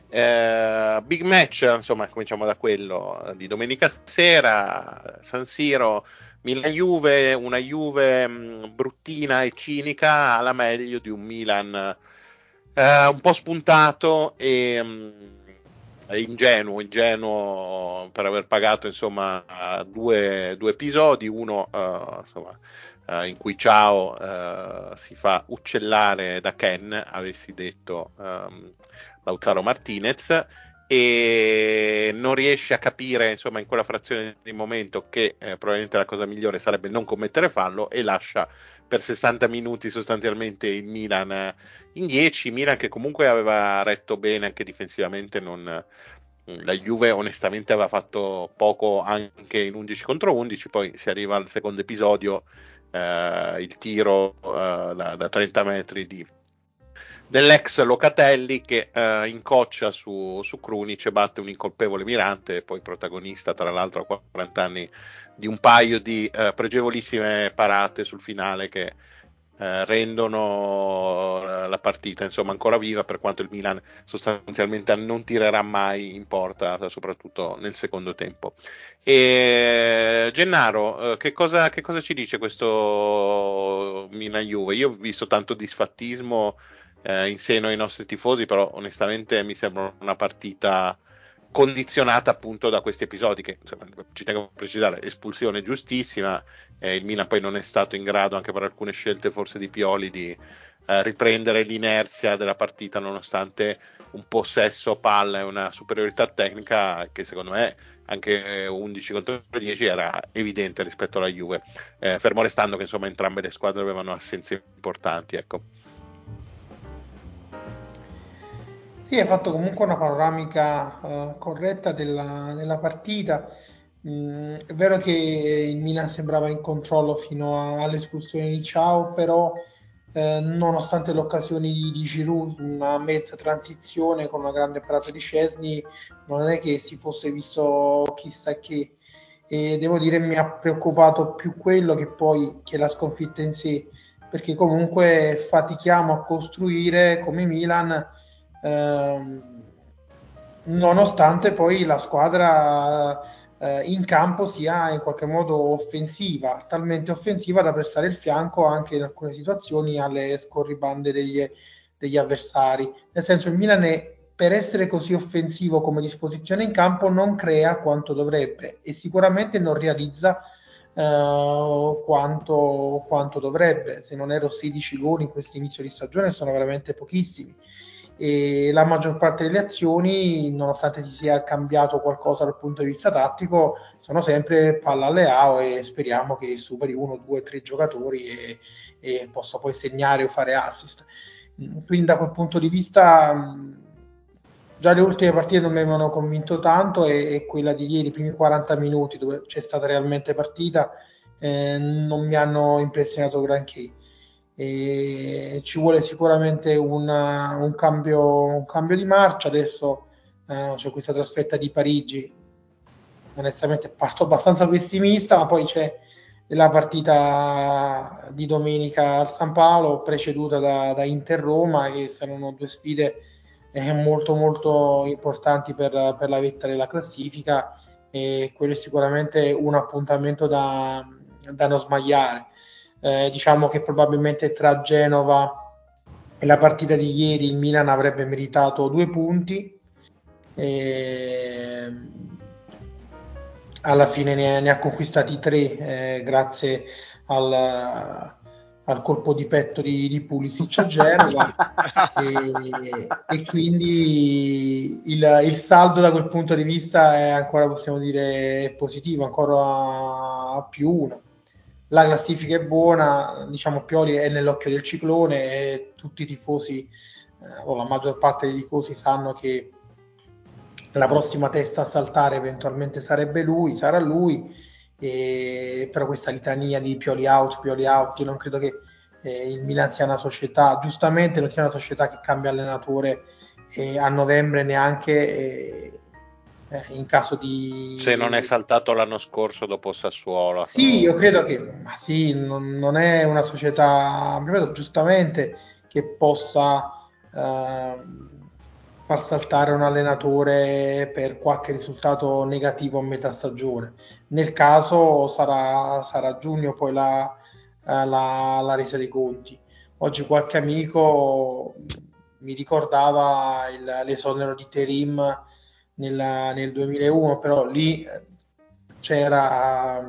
Eh, big match, insomma, cominciamo da quello di domenica sera, San Siro, Milan-Juve, una Juve mh, bruttina e cinica, alla meglio di un Milan eh, un po' spuntato e mh, ingenuo, ingenuo per aver pagato insomma due, due episodi, uno uh, insomma, uh, in cui Ciao uh, si fa uccellare da Ken, avessi detto um, Lautaro Martinez, e non riesce a capire insomma in quella frazione di momento che eh, probabilmente la cosa migliore sarebbe non commettere fallo, e lascia per sessanta minuti sostanzialmente il Milan eh, in dieci. Milan che comunque aveva retto bene anche difensivamente, non, la Juve onestamente aveva fatto poco anche in undici contro undici, poi si arriva al secondo episodio, eh, il tiro eh, da, da trenta metri di dell'ex Locatelli che eh, incoccia su, su Krunic e batte un incolpevole Mirante, poi protagonista tra l'altro a quaranta anni di un paio di eh, pregevolissime parate sul finale che eh, rendono la partita insomma ancora viva, per quanto il Milan sostanzialmente non tirerà mai in porta, soprattutto nel secondo tempo. E Gennaro, eh, che, cosa, che cosa ci dice questo Milan-Juve? Io ho visto tanto disfattismo eh, in seno ai nostri tifosi, però onestamente mi sembra una partita condizionata appunto da questi episodi che, insomma, ci tengo a precisare, espulsione giustissima, eh, il Milan poi non è stato in grado, anche per alcune scelte forse di Pioli, di eh, riprendere l'inerzia della partita nonostante un possesso palla e una superiorità tecnica che secondo me anche undici contro dieci era evidente rispetto alla Juve, eh, fermo restando che insomma entrambe le squadre avevano assenze importanti, ecco. Sì, hai fatto comunque una panoramica eh, corretta della, della partita. Mm, è vero che il Milan sembrava in controllo fino a- all'espulsione di Ciao, però eh, nonostante le occasioni di, di Giroud, una mezza transizione con una grande parata di Szczesny, non è che si fosse visto chissà che. E devo dire mi ha preoccupato più quello che poi che la sconfitta in sé, perché comunque fatichiamo a costruire come Milan, ehm, nonostante poi la squadra eh, in campo sia in qualche modo offensiva, talmente offensiva da prestare il fianco anche in alcune situazioni alle scorribande degli, degli avversari. Nel senso, il Milan è, per essere così offensivo come disposizione in campo non crea quanto dovrebbe e sicuramente non realizza eh, quanto, quanto dovrebbe. Se non ero sedici gol in questo inizio di stagione sono veramente pochissimi, e la maggior parte delle azioni, nonostante si sia cambiato qualcosa dal punto di vista tattico, sono sempre palla alle A O e speriamo che superi uno, due, tre giocatori e, e possa poi segnare o fare assist. Quindi da quel punto di vista già le ultime partite non mi avevano convinto tanto, e, e quella di ieri, i primi quaranta minuti dove c'è stata realmente partita, eh, non mi hanno impressionato granché. E ci vuole sicuramente una, un, cambio, un cambio di marcia. Adesso eh, c'è questa trasferta di Parigi, onestamente parto abbastanza pessimista, ma poi c'è la partita di domenica al San Paolo preceduta da, da Inter-Roma, che saranno due sfide eh, molto molto importanti per, per la vetta della classifica, e quello è sicuramente un appuntamento da, da non sbagliare. Eh, diciamo che probabilmente tra Genova e la partita di ieri il Milan avrebbe meritato due punti, e alla fine ne, ne ha conquistati tre eh, grazie al, al colpo di petto di, di Pulisic a Genova e, e quindi il, il saldo da quel punto di vista è ancora, possiamo dire, positivo, ancora a più uno. La classifica è buona, diciamo Pioli è nell'occhio del ciclone e tutti i tifosi, eh, o la maggior parte dei tifosi, sanno che la prossima testa a saltare eventualmente sarebbe lui, sarà lui, e, però questa litania di Pioli out, Pioli out, io non credo che eh, il Milan sia una società, giustamente non sia una società che cambia allenatore eh, a novembre, neanche eh, eh, in caso di... Se non è saltato l'anno scorso dopo Sassuolo. Sì, io credo che ma sì, non, non è una società, ripeto, giustamente, che possa eh, far saltare un allenatore per qualche risultato negativo a metà stagione. Nel caso sarà, sarà giugno poi la, la, la resa dei conti. Oggi qualche amico mi ricordava il, l'esonero di Terim nel, nel duemilauno, però lì c'era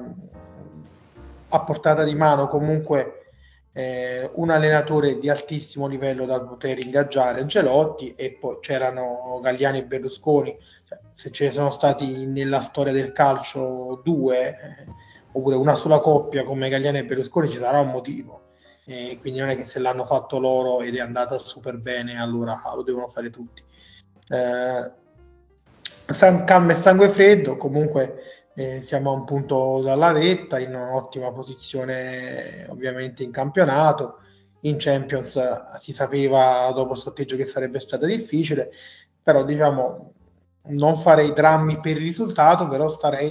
a portata di mano comunque eh, un allenatore di altissimo livello da poter ingaggiare, Ancelotti, e poi c'erano Galliani e Berlusconi. Cioè, se ce ne sono stati nella storia del calcio due eh, oppure una sola coppia come Galliani e Berlusconi, ci sarà un motivo, eh, quindi non è che se l'hanno fatto loro ed è andata super bene allora lo devono fare tutti. eh, San, calma e sangue freddo, comunque eh, siamo a un punto dalla vetta, in un'ottima posizione ovviamente in campionato. In Champions eh, si sapeva dopo il sorteggio che sarebbe stata difficile, però diciamo non farei drammi per il risultato, però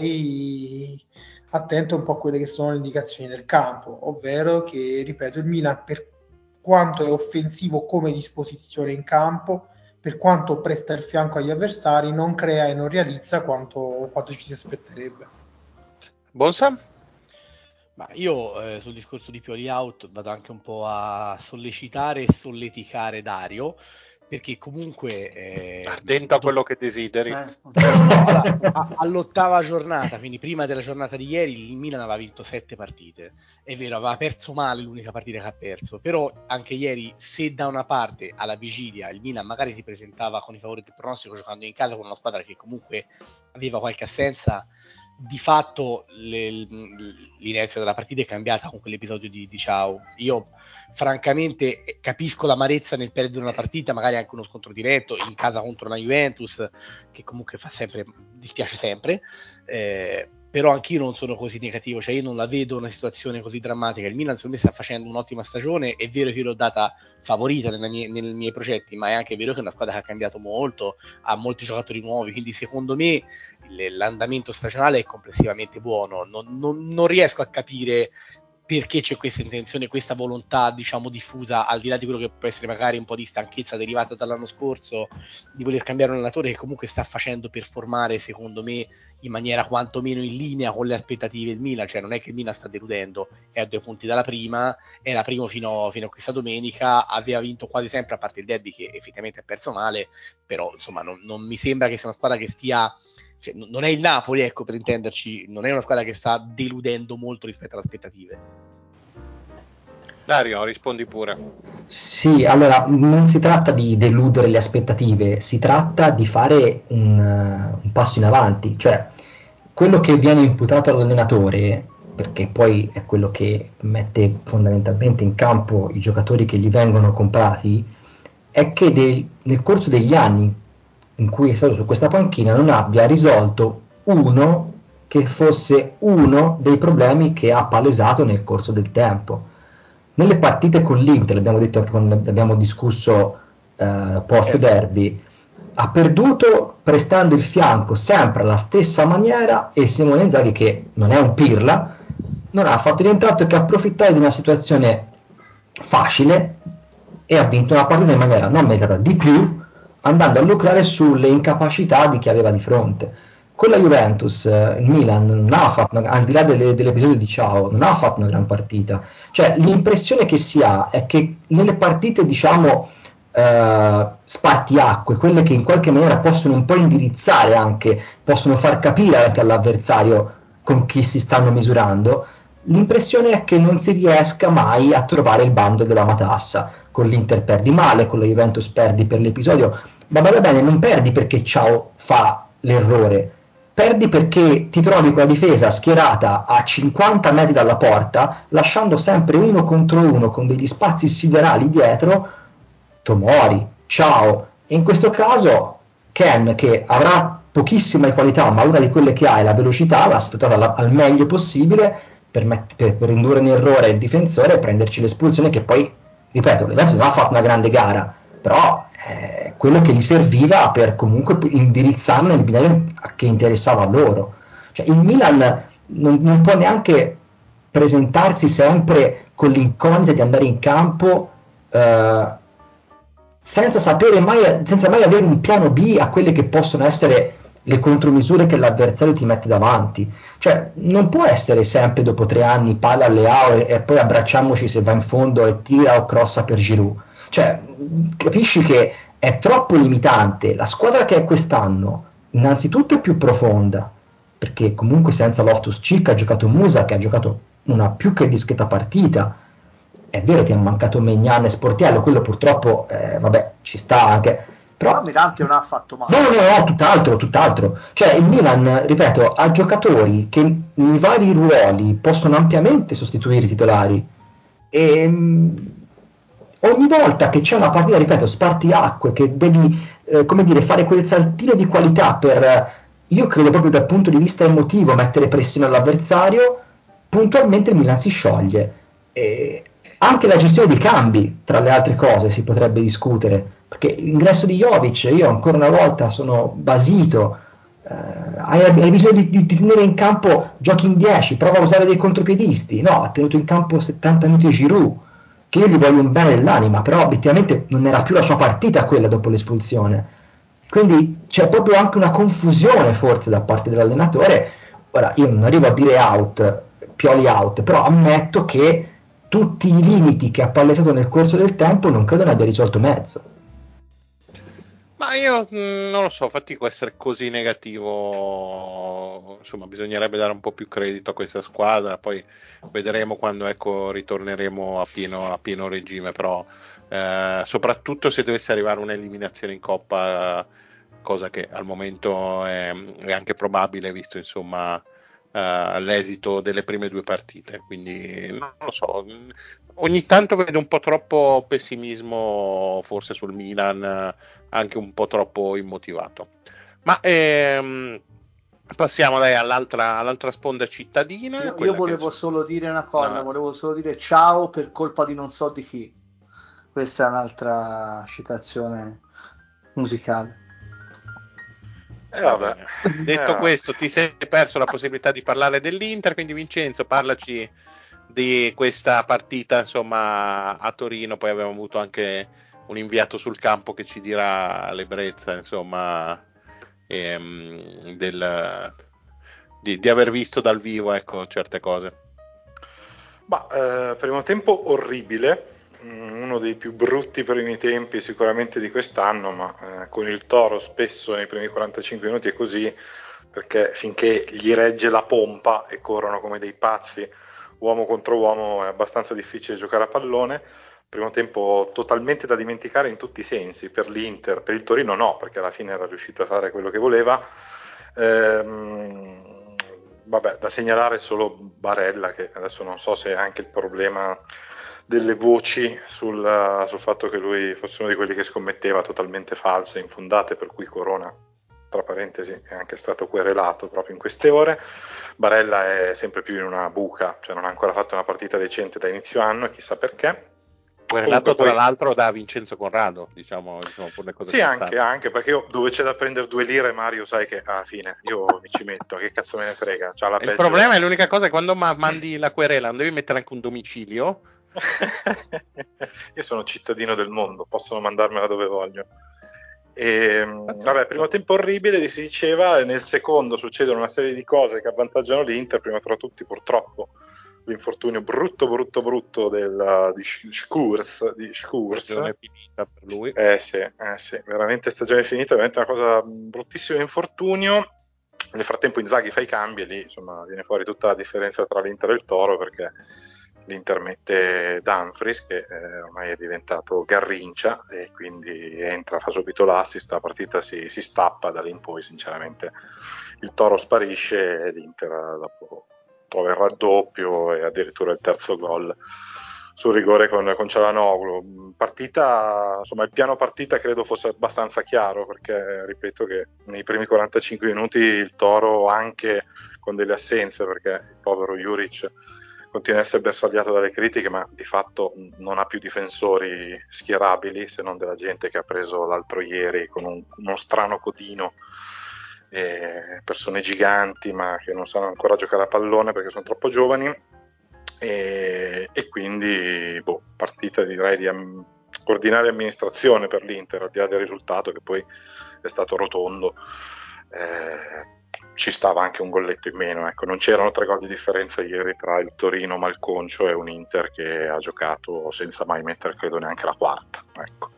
starei attento un po' a quelle che sono le indicazioni del campo, ovvero che, ripeto, il Milan, per quanto è offensivo come disposizione in campo, per quanto presta il fianco agli avversari, non crea e non realizza quanto, quanto ci si aspetterebbe. Bonsa? Ma io eh, sul discorso di Pioli out vado anche un po' a sollecitare e solleticare Dario, perché comunque eh, Attento a do- quello che desideri. Eh, allora, a- all'ottava giornata, quindi prima della giornata di ieri, il Milan aveva vinto sette partite. È vero, aveva perso male l'unica partita che ha perso, però anche ieri, se da una parte alla vigilia il Milan magari si presentava con i favori del pronostico giocando in casa con una squadra che comunque aveva qualche assenza, di fatto le, l'inizio della partita è cambiata con quell'episodio di, di Ciao. Io francamente capisco l'amarezza nel perdere una partita, magari anche uno scontro diretto in casa contro una Juventus che comunque fa sempre, dispiace sempre, eh, però anch'io non sono così negativo, cioè io non la vedo una situazione così drammatica. Il Milan secondo me sta facendo un'ottima stagione, è vero che io l'ho data favorita mie, nei miei progetti, ma è anche vero che è una squadra che ha cambiato molto, ha molti giocatori nuovi, quindi secondo me l'andamento stagionale è complessivamente buono. Non, non, non riesco a capire perché c'è questa intenzione, questa volontà, diciamo, diffusa, al di là di quello che può essere magari un po' di stanchezza derivata dall'anno scorso, di voler cambiare un allenatore che comunque sta facendo performare, secondo me, in maniera quantomeno in linea con le aspettative del Milan. Cioè non è che il Milan sta deludendo, è a due punti dalla prima, era primo fino, fino a questa domenica, aveva vinto quasi sempre, a parte il derby che effettivamente ha perso male, però insomma non, non mi sembra che sia una squadra che stia... Cioè, non è il Napoli, ecco, per intenderci, non è una squadra che sta deludendo molto rispetto alle aspettative. Dario, rispondi pure. Sì, allora non si tratta di deludere le aspettative, si tratta di fare un, uh, un passo in avanti, cioè quello che viene imputato all'allenatore, perché poi è quello che mette fondamentalmente in campo i giocatori che gli vengono comprati, è che del, nel corso degli anni in cui è stato su questa panchina non abbia risolto uno che fosse uno dei problemi che ha palesato nel corso del tempo. Nelle partite con l'Inter, l'abbiamo detto anche quando abbiamo discusso eh, post derby, ha perduto prestando il fianco sempre alla stessa maniera, e Simone Inzaghi, che non è un pirla, non ha fatto nient'altro che approfittare di una situazione facile e ha vinto una partita in maniera non meritata, di più andando a lucrare sulle incapacità di chi aveva di fronte. Con la Juventus, eh, il Milan non ha fatto, una, al di là delle, dell'episodio di Ciao, non ha fatto una gran partita. Cioè, l'impressione che si ha è che nelle partite, diciamo, eh, spartiacque, quelle che in qualche maniera possono un po' indirizzare anche, possono far capire anche all'avversario con chi si stanno misurando, l'impressione è che non si riesca mai a trovare il bando della matassa. Con l'Inter perdi male, con la Juventus perdi per l'episodio, ma va bene, non perdi perché Ciao fa l'errore, perdi perché ti trovi con la difesa schierata a cinquanta metri dalla porta, lasciando sempre uno contro uno con degli spazi siderali dietro Tomori, Ciao, e in questo caso Ken, che avrà pochissime qualità, ma una di quelle che ha è la velocità, l'ha sfruttata alla, al meglio possibile per, met- per, per indurre in errore il difensore e prenderci l'espulsione, che poi, ripeto, l'Juventus non ha fatto una grande gara, però è quello che gli serviva per comunque indirizzarlo nel binario che interessava a loro. Cioè, il Milan non, non può neanche presentarsi sempre con l'incognita di andare in campo eh, senza sapere mai, senza mai avere un piano B a quelle che possono essere le contromisure che l'avversario ti mette davanti. Cioè, non può essere sempre dopo tre anni palla alle A O e, e poi abbracciamoci se va in fondo e tira o crossa per Giroud. Cioè, capisci che è troppo limitante. La squadra che è quest'anno, innanzitutto è più profonda, perché comunque senza Loftus-Cheek ha giocato Musa, che ha giocato una più che discreta partita. È vero, ti è mancato Maignan e Sportiello, quello purtroppo, eh, vabbè, ci sta anche. Però, Però Mirante non ha fatto male. no, no, no, tutt'altro, tutt'altro. Cioè, il Milan, ripeto, ha giocatori che nei vari ruoli possono ampiamente sostituire i titolari. E mh, ogni volta che c'è una partita, ripeto, spartiacque, che devi, eh, come dire, fare quel saltino di qualità per, io credo proprio dal punto di vista emotivo, mettere pressione all'avversario, puntualmente il Milan si scioglie. E anche la gestione dei cambi, tra le altre cose, si potrebbe discutere, perché l'ingresso di Jovic, io ancora una volta sono basito, eh, hai, hai bisogno di, di, di tenere in campo giochi in dieci, prova a usare dei contropiedisti, no, ha tenuto in campo settanta minuti Giroud, che io gli voglio un bene dell'anima, però obiettivamente non era più la sua partita quella dopo l'espulsione, quindi c'è proprio anche una confusione forse da parte dell'allenatore. Ora io non arrivo a dire out, Pioli out, però ammetto che tutti i limiti che ha pallesato nel corso del tempo non credo ne abbia risolto mezzo. Ma io mh, non lo so, fatico a essere così negativo, insomma bisognerebbe dare un po' più credito a questa squadra, poi vedremo quando ecco ritorneremo a pieno, a pieno regime, però eh, soprattutto se dovesse arrivare un'eliminazione in Coppa, cosa che al momento è, è anche probabile visto insomma eh, l'esito delle prime due partite, quindi non lo so, ogni tanto vedo un po' troppo pessimismo forse sul Milan, anche un po' troppo immotivato. Ma ehm, passiamo dai all'altra, all'altra sponda cittadina. Io, quella io volevo che, solo dire una cosa, no, volevo solo dire ciao per colpa di non so di chi. Questa è un'altra citazione musicale. Eh, va vabbè. bene. Eh, Detto vabbè. questo, ti sei perso la possibilità di parlare dell'Inter, quindi Vincenzo, parlaci di questa partita insomma a Torino. Poi abbiamo avuto anche un inviato sul campo che ci dirà l'ebbrezza insomma ehm, del, di, di aver visto dal vivo ecco certe cose. Ma eh, primo tempo orribile, uno dei più brutti primi tempi sicuramente di quest'anno, ma eh, con il Toro spesso nei primi quarantacinque minuti è così, perché finché gli regge la pompa e corrono come dei pazzi uomo contro uomo è abbastanza difficile giocare a pallone. Primo tempo totalmente da dimenticare in tutti i sensi, per l'Inter, per il Torino no, perché alla fine era riuscito a fare quello che voleva. Ehm, vabbè, da segnalare solo Barella, che adesso non so se è anche il problema delle voci sul, sul fatto che lui fosse uno di quelli che scommetteva totalmente false, infondate, per cui Corona, tra parentesi, è anche stato querelato proprio in queste ore. Barella è sempre più in una buca, cioè non ha ancora fatto una partita decente da inizio anno e chissà perché. Querelato Comunque, tra poi, l'altro da Vincenzo Conrado, diciamo, diciamo pure le cose sì, come anche, stanno. anche perché io dove c'è da prendere due lire, Mario, sai che alla fine io mi ci metto, che cazzo me ne frega, c'ha la Il peggio. problema è l'unica cosa è quando ma- mandi la querela non devi mettere anche un domicilio. Io sono cittadino del mondo, possono mandarmela dove voglio. E, vabbè, primo tempo orribile, si diceva, e nel secondo succedono una serie di cose che avvantaggiano l'Inter, prima tra tutti purtroppo l'infortunio brutto brutto brutto del, di Schurz, di Schurz. Stagione finita per lui. Eh sì, eh sì, veramente stagione finita, veramente una cosa bruttissimo infortunio. Nel frattempo Inzaghi fa i cambi e lì insomma viene fuori tutta la differenza tra l'Inter e il Toro, perché l'Inter mette Dumfries che eh, ormai è diventato Garrincia e quindi entra, fa subito l'assist, la partita si, si stappa, da lì in poi sinceramente il Toro sparisce e l'Inter dopo trova il raddoppio e addirittura il terzo gol sul rigore con, con Cialanoglu. Partita, insomma il piano partita credo fosse abbastanza chiaro, perché ripeto che nei primi quarantacinque minuti il Toro, anche con delle assenze, perché il povero Juric continua a essere bersagliato dalle critiche, ma di fatto non ha più difensori schierabili, se non della gente che ha preso l'altro ieri con un, uno strano codino, eh, persone giganti ma che non sanno ancora giocare a pallone perché sono troppo giovani, e, e quindi boh, partita direi di, ordinaria amministrazione per l'Inter, al di là del risultato che poi è stato rotondo. Eh, ci stava anche un golletto in meno, ecco. Non c'erano tre gol di differenza ieri tra il Torino malconcio e un Inter che ha giocato senza mai mettere credo neanche la quarta, ecco.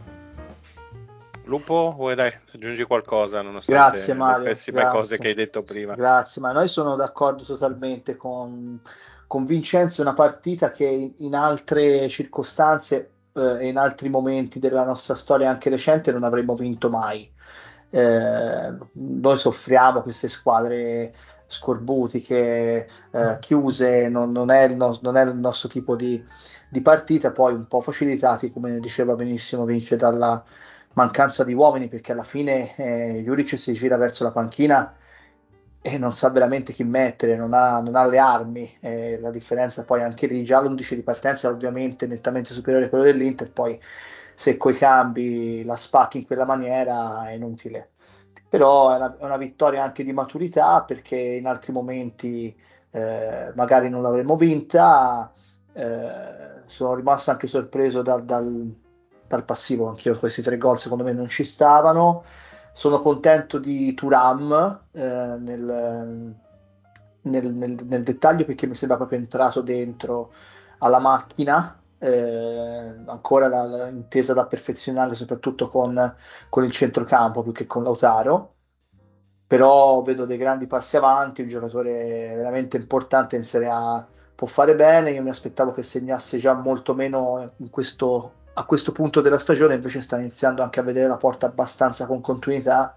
Lupo, vuoi dai, aggiungi qualcosa nonostante Grazie le Mario, pessime grazie. cose che hai detto prima? Grazie, ma noi sono d'accordo totalmente con, con Vincenzo. È una partita che in altre circostanze eh, e in altri momenti della nostra storia anche recente non avremmo vinto mai. Eh, noi soffriamo queste squadre scorbutiche, eh, chiuse, non, non, è il no- non è il nostro tipo di, di partita, poi un po' facilitati, come diceva benissimo Vince, dalla mancanza di uomini, perché alla fine eh, Juric si gira verso la panchina e non sa veramente chi mettere, non ha, non ha le armi, eh, la differenza poi anche lì, già l'undici di partenza è ovviamente nettamente superiore a quello dell'Inter, poi se coi cambi la spacchi in quella maniera è inutile. Però è una, è una vittoria anche di maturità, perché in altri momenti eh, magari non l'avremmo vinta. Eh, sono rimasto anche sorpreso da, dal, dal passivo, anch'io questi tre gol secondo me non ci stavano. Sono contento di Thuram eh, nel, nel, nel, nel dettaglio, perché mi sembra proprio entrato dentro alla macchina, eh, ancora la, la, intesa da perfezionare soprattutto con, con il centrocampo più che con Lautaro, però vedo dei grandi passi avanti, un giocatore veramente importante in Serie A, può fare bene. Io mi aspettavo che segnasse già molto meno in questo, a questo punto della stagione, invece sta iniziando anche a vedere la porta abbastanza con continuità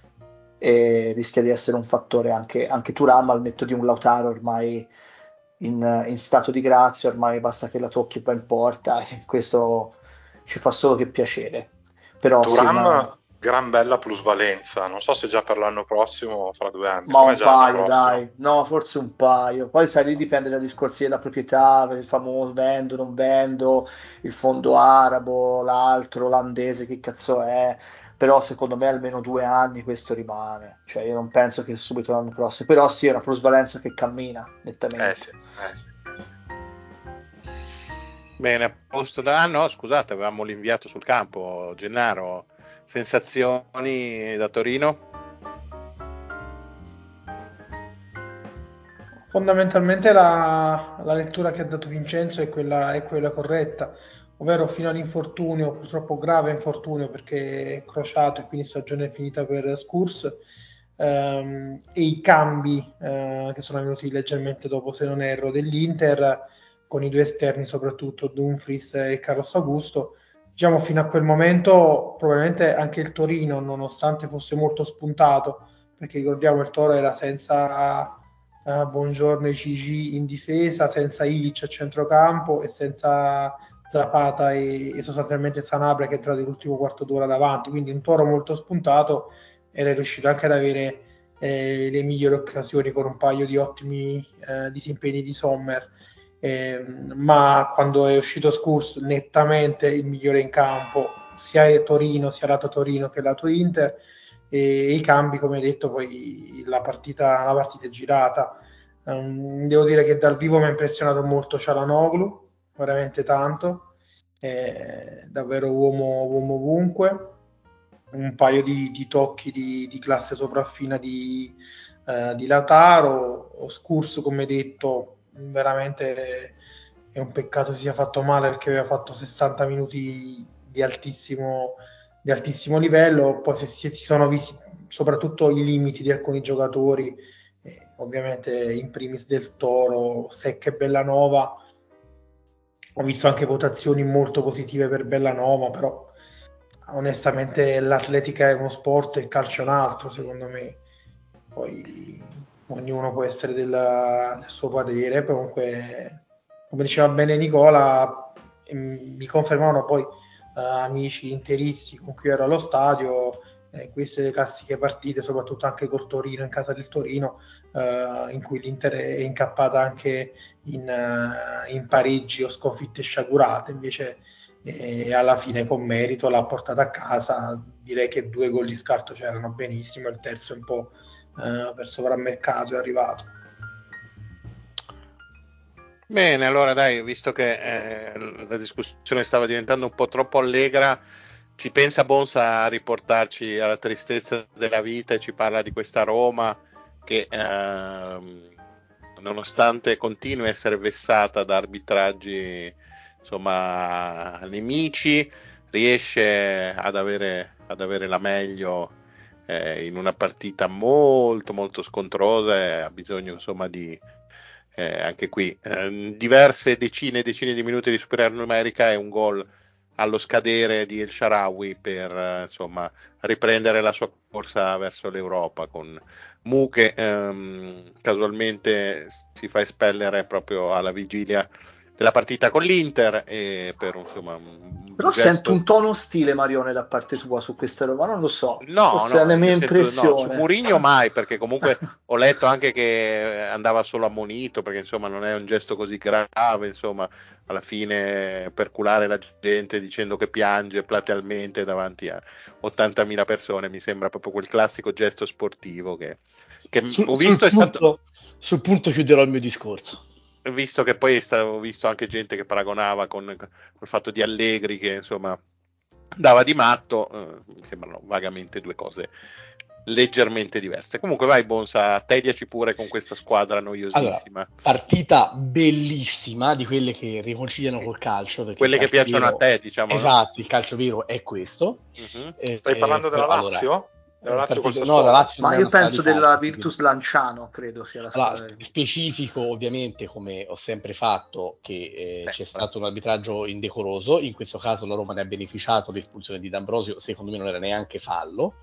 e rischia di essere un fattore anche, anche Thuram, al netto di un Lautaro ormai in, in stato di grazia, ormai basta che la tocchi e va in porta, e questo ci fa solo che piacere. Però sì, Thuram, una... gran bella plusvalenza, non so se già per l'anno prossimo o fra due anni, ma secondo me un già l'anno paio, prossimo. dai, no, forse un paio. Poi sai, lì dipende dai discorsi della proprietà, il famoso vendo, non vendo, il fondo arabo, l'altro olandese, che cazzo è. Però secondo me almeno due anni questo rimane. Cioè io non penso che subito l'anno prossimo. Però sì, è una plusvalenza che cammina, Eh nettamente. sì, eh sì, eh sì. Bene, a posto da... Ah no, scusate, avevamo l'inviato sul campo, Gennaro. Sensazioni da Torino? Fondamentalmente la, la lettura che ha dato Vincenzo è quella, è quella corretta, ovvero fino all'infortunio, purtroppo grave infortunio perché è crociato e quindi stagione è finita per Scurs, ehm, e i cambi eh, che sono venuti leggermente dopo, se non erro, dell'Inter, con i due esterni soprattutto Dumfries e Carlos Augusto. Diciamo fino a quel momento probabilmente anche il Torino, nonostante fosse molto spuntato, perché ricordiamo il Toro era senza uh, Buongiorno e C G in difesa, senza Ilic a centrocampo e senza Zapata e, e sostanzialmente Sanabria che è entrato nell'ultimo quarto d'ora davanti, quindi un Toro molto spuntato, era riuscito anche ad avere eh, le migliori occasioni con un paio di ottimi eh, disimpegni di Sommer. Eh, ma quando è uscito Scurs nettamente il migliore in campo, sia Torino sia lato Torino che lato Inter, e i cambi, come detto, poi la partita, la partita è girata. Um, devo dire che dal vivo mi ha impressionato molto Çalhanoğlu, veramente tanto, è davvero uomo, uomo ovunque, un paio di, di tocchi di, di classe sopraffina di, uh, di Lautaro. Scurs, come detto, veramente è un peccato si sia fatto male, perché aveva fatto sessanta minuti di altissimo, di altissimo livello. Poi si, si sono visti soprattutto i limiti di alcuni giocatori, eh, ovviamente in primis del Toro, Secca e Bellanova. Ho visto anche votazioni molto positive per Bellanova, però onestamente l'atletica è uno sport e il calcio è un altro, secondo me. Poi ognuno può essere della, del suo parere. Comunque, come diceva bene Nicola, ehm, mi confermavano poi eh, amici interisti con cui ero allo stadio, eh, queste le classiche partite, soprattutto anche col Torino, in casa del Torino, eh, in cui l'Inter è incappata anche in, uh, in pareggi o sconfitte sciagurate. Invece e alla fine con merito l'ha portata a casa. Direi che due gol di scarto c'erano benissimo, il terzo un po' eh, per sovrammercato è arrivato. Bene, allora dai, visto che eh, la discussione stava diventando un po' troppo allegra, ci pensa Bonsa a riportarci alla tristezza della vita e ci parla di questa Roma che ehm, nonostante continui a essere vessata da arbitraggi insomma nemici, riesce ad avere, ad avere la meglio eh, in una partita molto molto scontrosa e ha bisogno insomma di eh, anche qui eh, diverse decine e decine di minuti di superiore numerica e un gol allo scadere di El Shaarawy per eh, insomma riprendere la sua corsa verso l'Europa, con Mu che ehm, casualmente si fa espellere proprio alla vigilia della partita con l'Inter e per insomma un Però gesto... sento un tono ostile, Marione, da parte tua su questa Roma, non lo so. No, Forse è no, la mia io sento, no, su impressione. Mourinho mai, perché comunque ho letto anche che andava solo ammonito, perché insomma non è un gesto così grave, insomma, alla fine perculare la gente dicendo che piange platealmente davanti a ottantamila persone mi sembra proprio quel classico gesto sportivo che, che Sul, ho sul visto è stato... punto, sul punto chiuderò il mio discorso. Visto che poi ho visto anche gente che paragonava con il fatto di Allegri che insomma dava di matto, eh, mi sembrano vagamente due cose leggermente diverse. Comunque vai Bonsa, tediaci pure con questa squadra Allora, noiosissima. partita bellissima, di quelle che riconciliano Che- col calcio, perché il Quelle che calcio piacciono a vero, te, diciamo, no? esatto, il calcio vero è questo. Mhm. Eh, Stai parlando eh, della però, allora, Lazio? Della eh, Lazio col partita, no, la Sassuolo? Lazio non Ma è io una squadra penso di della calcio. Virtus Lanciano, credo sia la Allora, squadra. specifico ovviamente, come ho sempre fatto, che eh, c'è Sempre. stato un arbitraggio indecoroso, in questo caso la Roma ne ha beneficiato, l'espulsione di D'Ambrosio secondo me non era neanche fallo.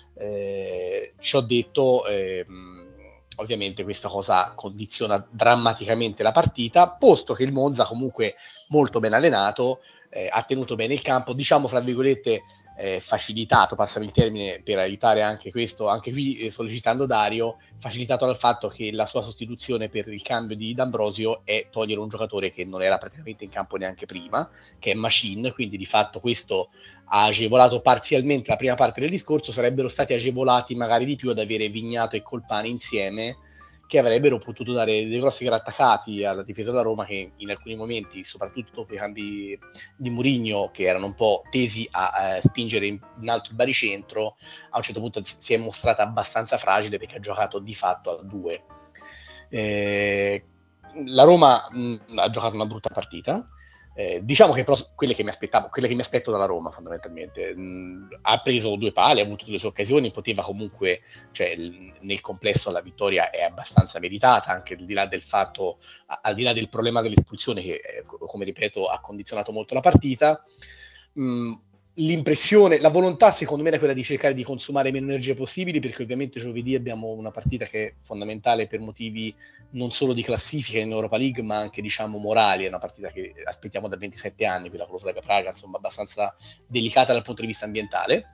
Eh, ci ho detto, ehm, ovviamente questa cosa condiziona drammaticamente la partita, posto che il Monza comunque molto ben allenato, eh, ha tenuto bene il campo, diciamo fra virgolette eh, facilitato, passami il termine per aiutare anche questo, anche qui eh, sollecitando Dario, facilitato dal fatto che la sua sostituzione per il cambio di D'Ambrosio è togliere un giocatore che non era praticamente in campo neanche prima, che è Machine, quindi di fatto questo ha agevolato parzialmente la prima parte del discorso, sarebbero stati agevolati magari di più ad avere Vignato e Colpani insieme, che avrebbero potuto dare dei grossi grattacati alla difesa della Roma, che in alcuni momenti, soprattutto dopo i cambi di Mourinho, che erano un po' tesi a, a spingere in, in alto il baricentro, a un certo punto si è mostrata abbastanza fragile perché ha giocato di fatto a due. Eh, la Roma mh, ha giocato una brutta partita. Eh, diciamo che però quelle che mi aspettavo, quelle che mi aspetto dalla Roma fondamentalmente, mh, ha preso due pali, ha avuto due sue occasioni, poteva comunque, cioè l- nel complesso la vittoria è abbastanza meritata, anche al di là del fatto, a- al di là del problema dell'espulsione che eh, come ripeto ha condizionato molto la partita. Mh, l'impressione, la volontà secondo me era quella di cercare di consumare meno energie possibili, perché ovviamente giovedì abbiamo una partita che è fondamentale per motivi non solo di classifica in Europa League, ma anche diciamo morali. È una partita che aspettiamo da ventisette anni, quella con lo Slavia Praga, insomma abbastanza delicata dal punto di vista ambientale.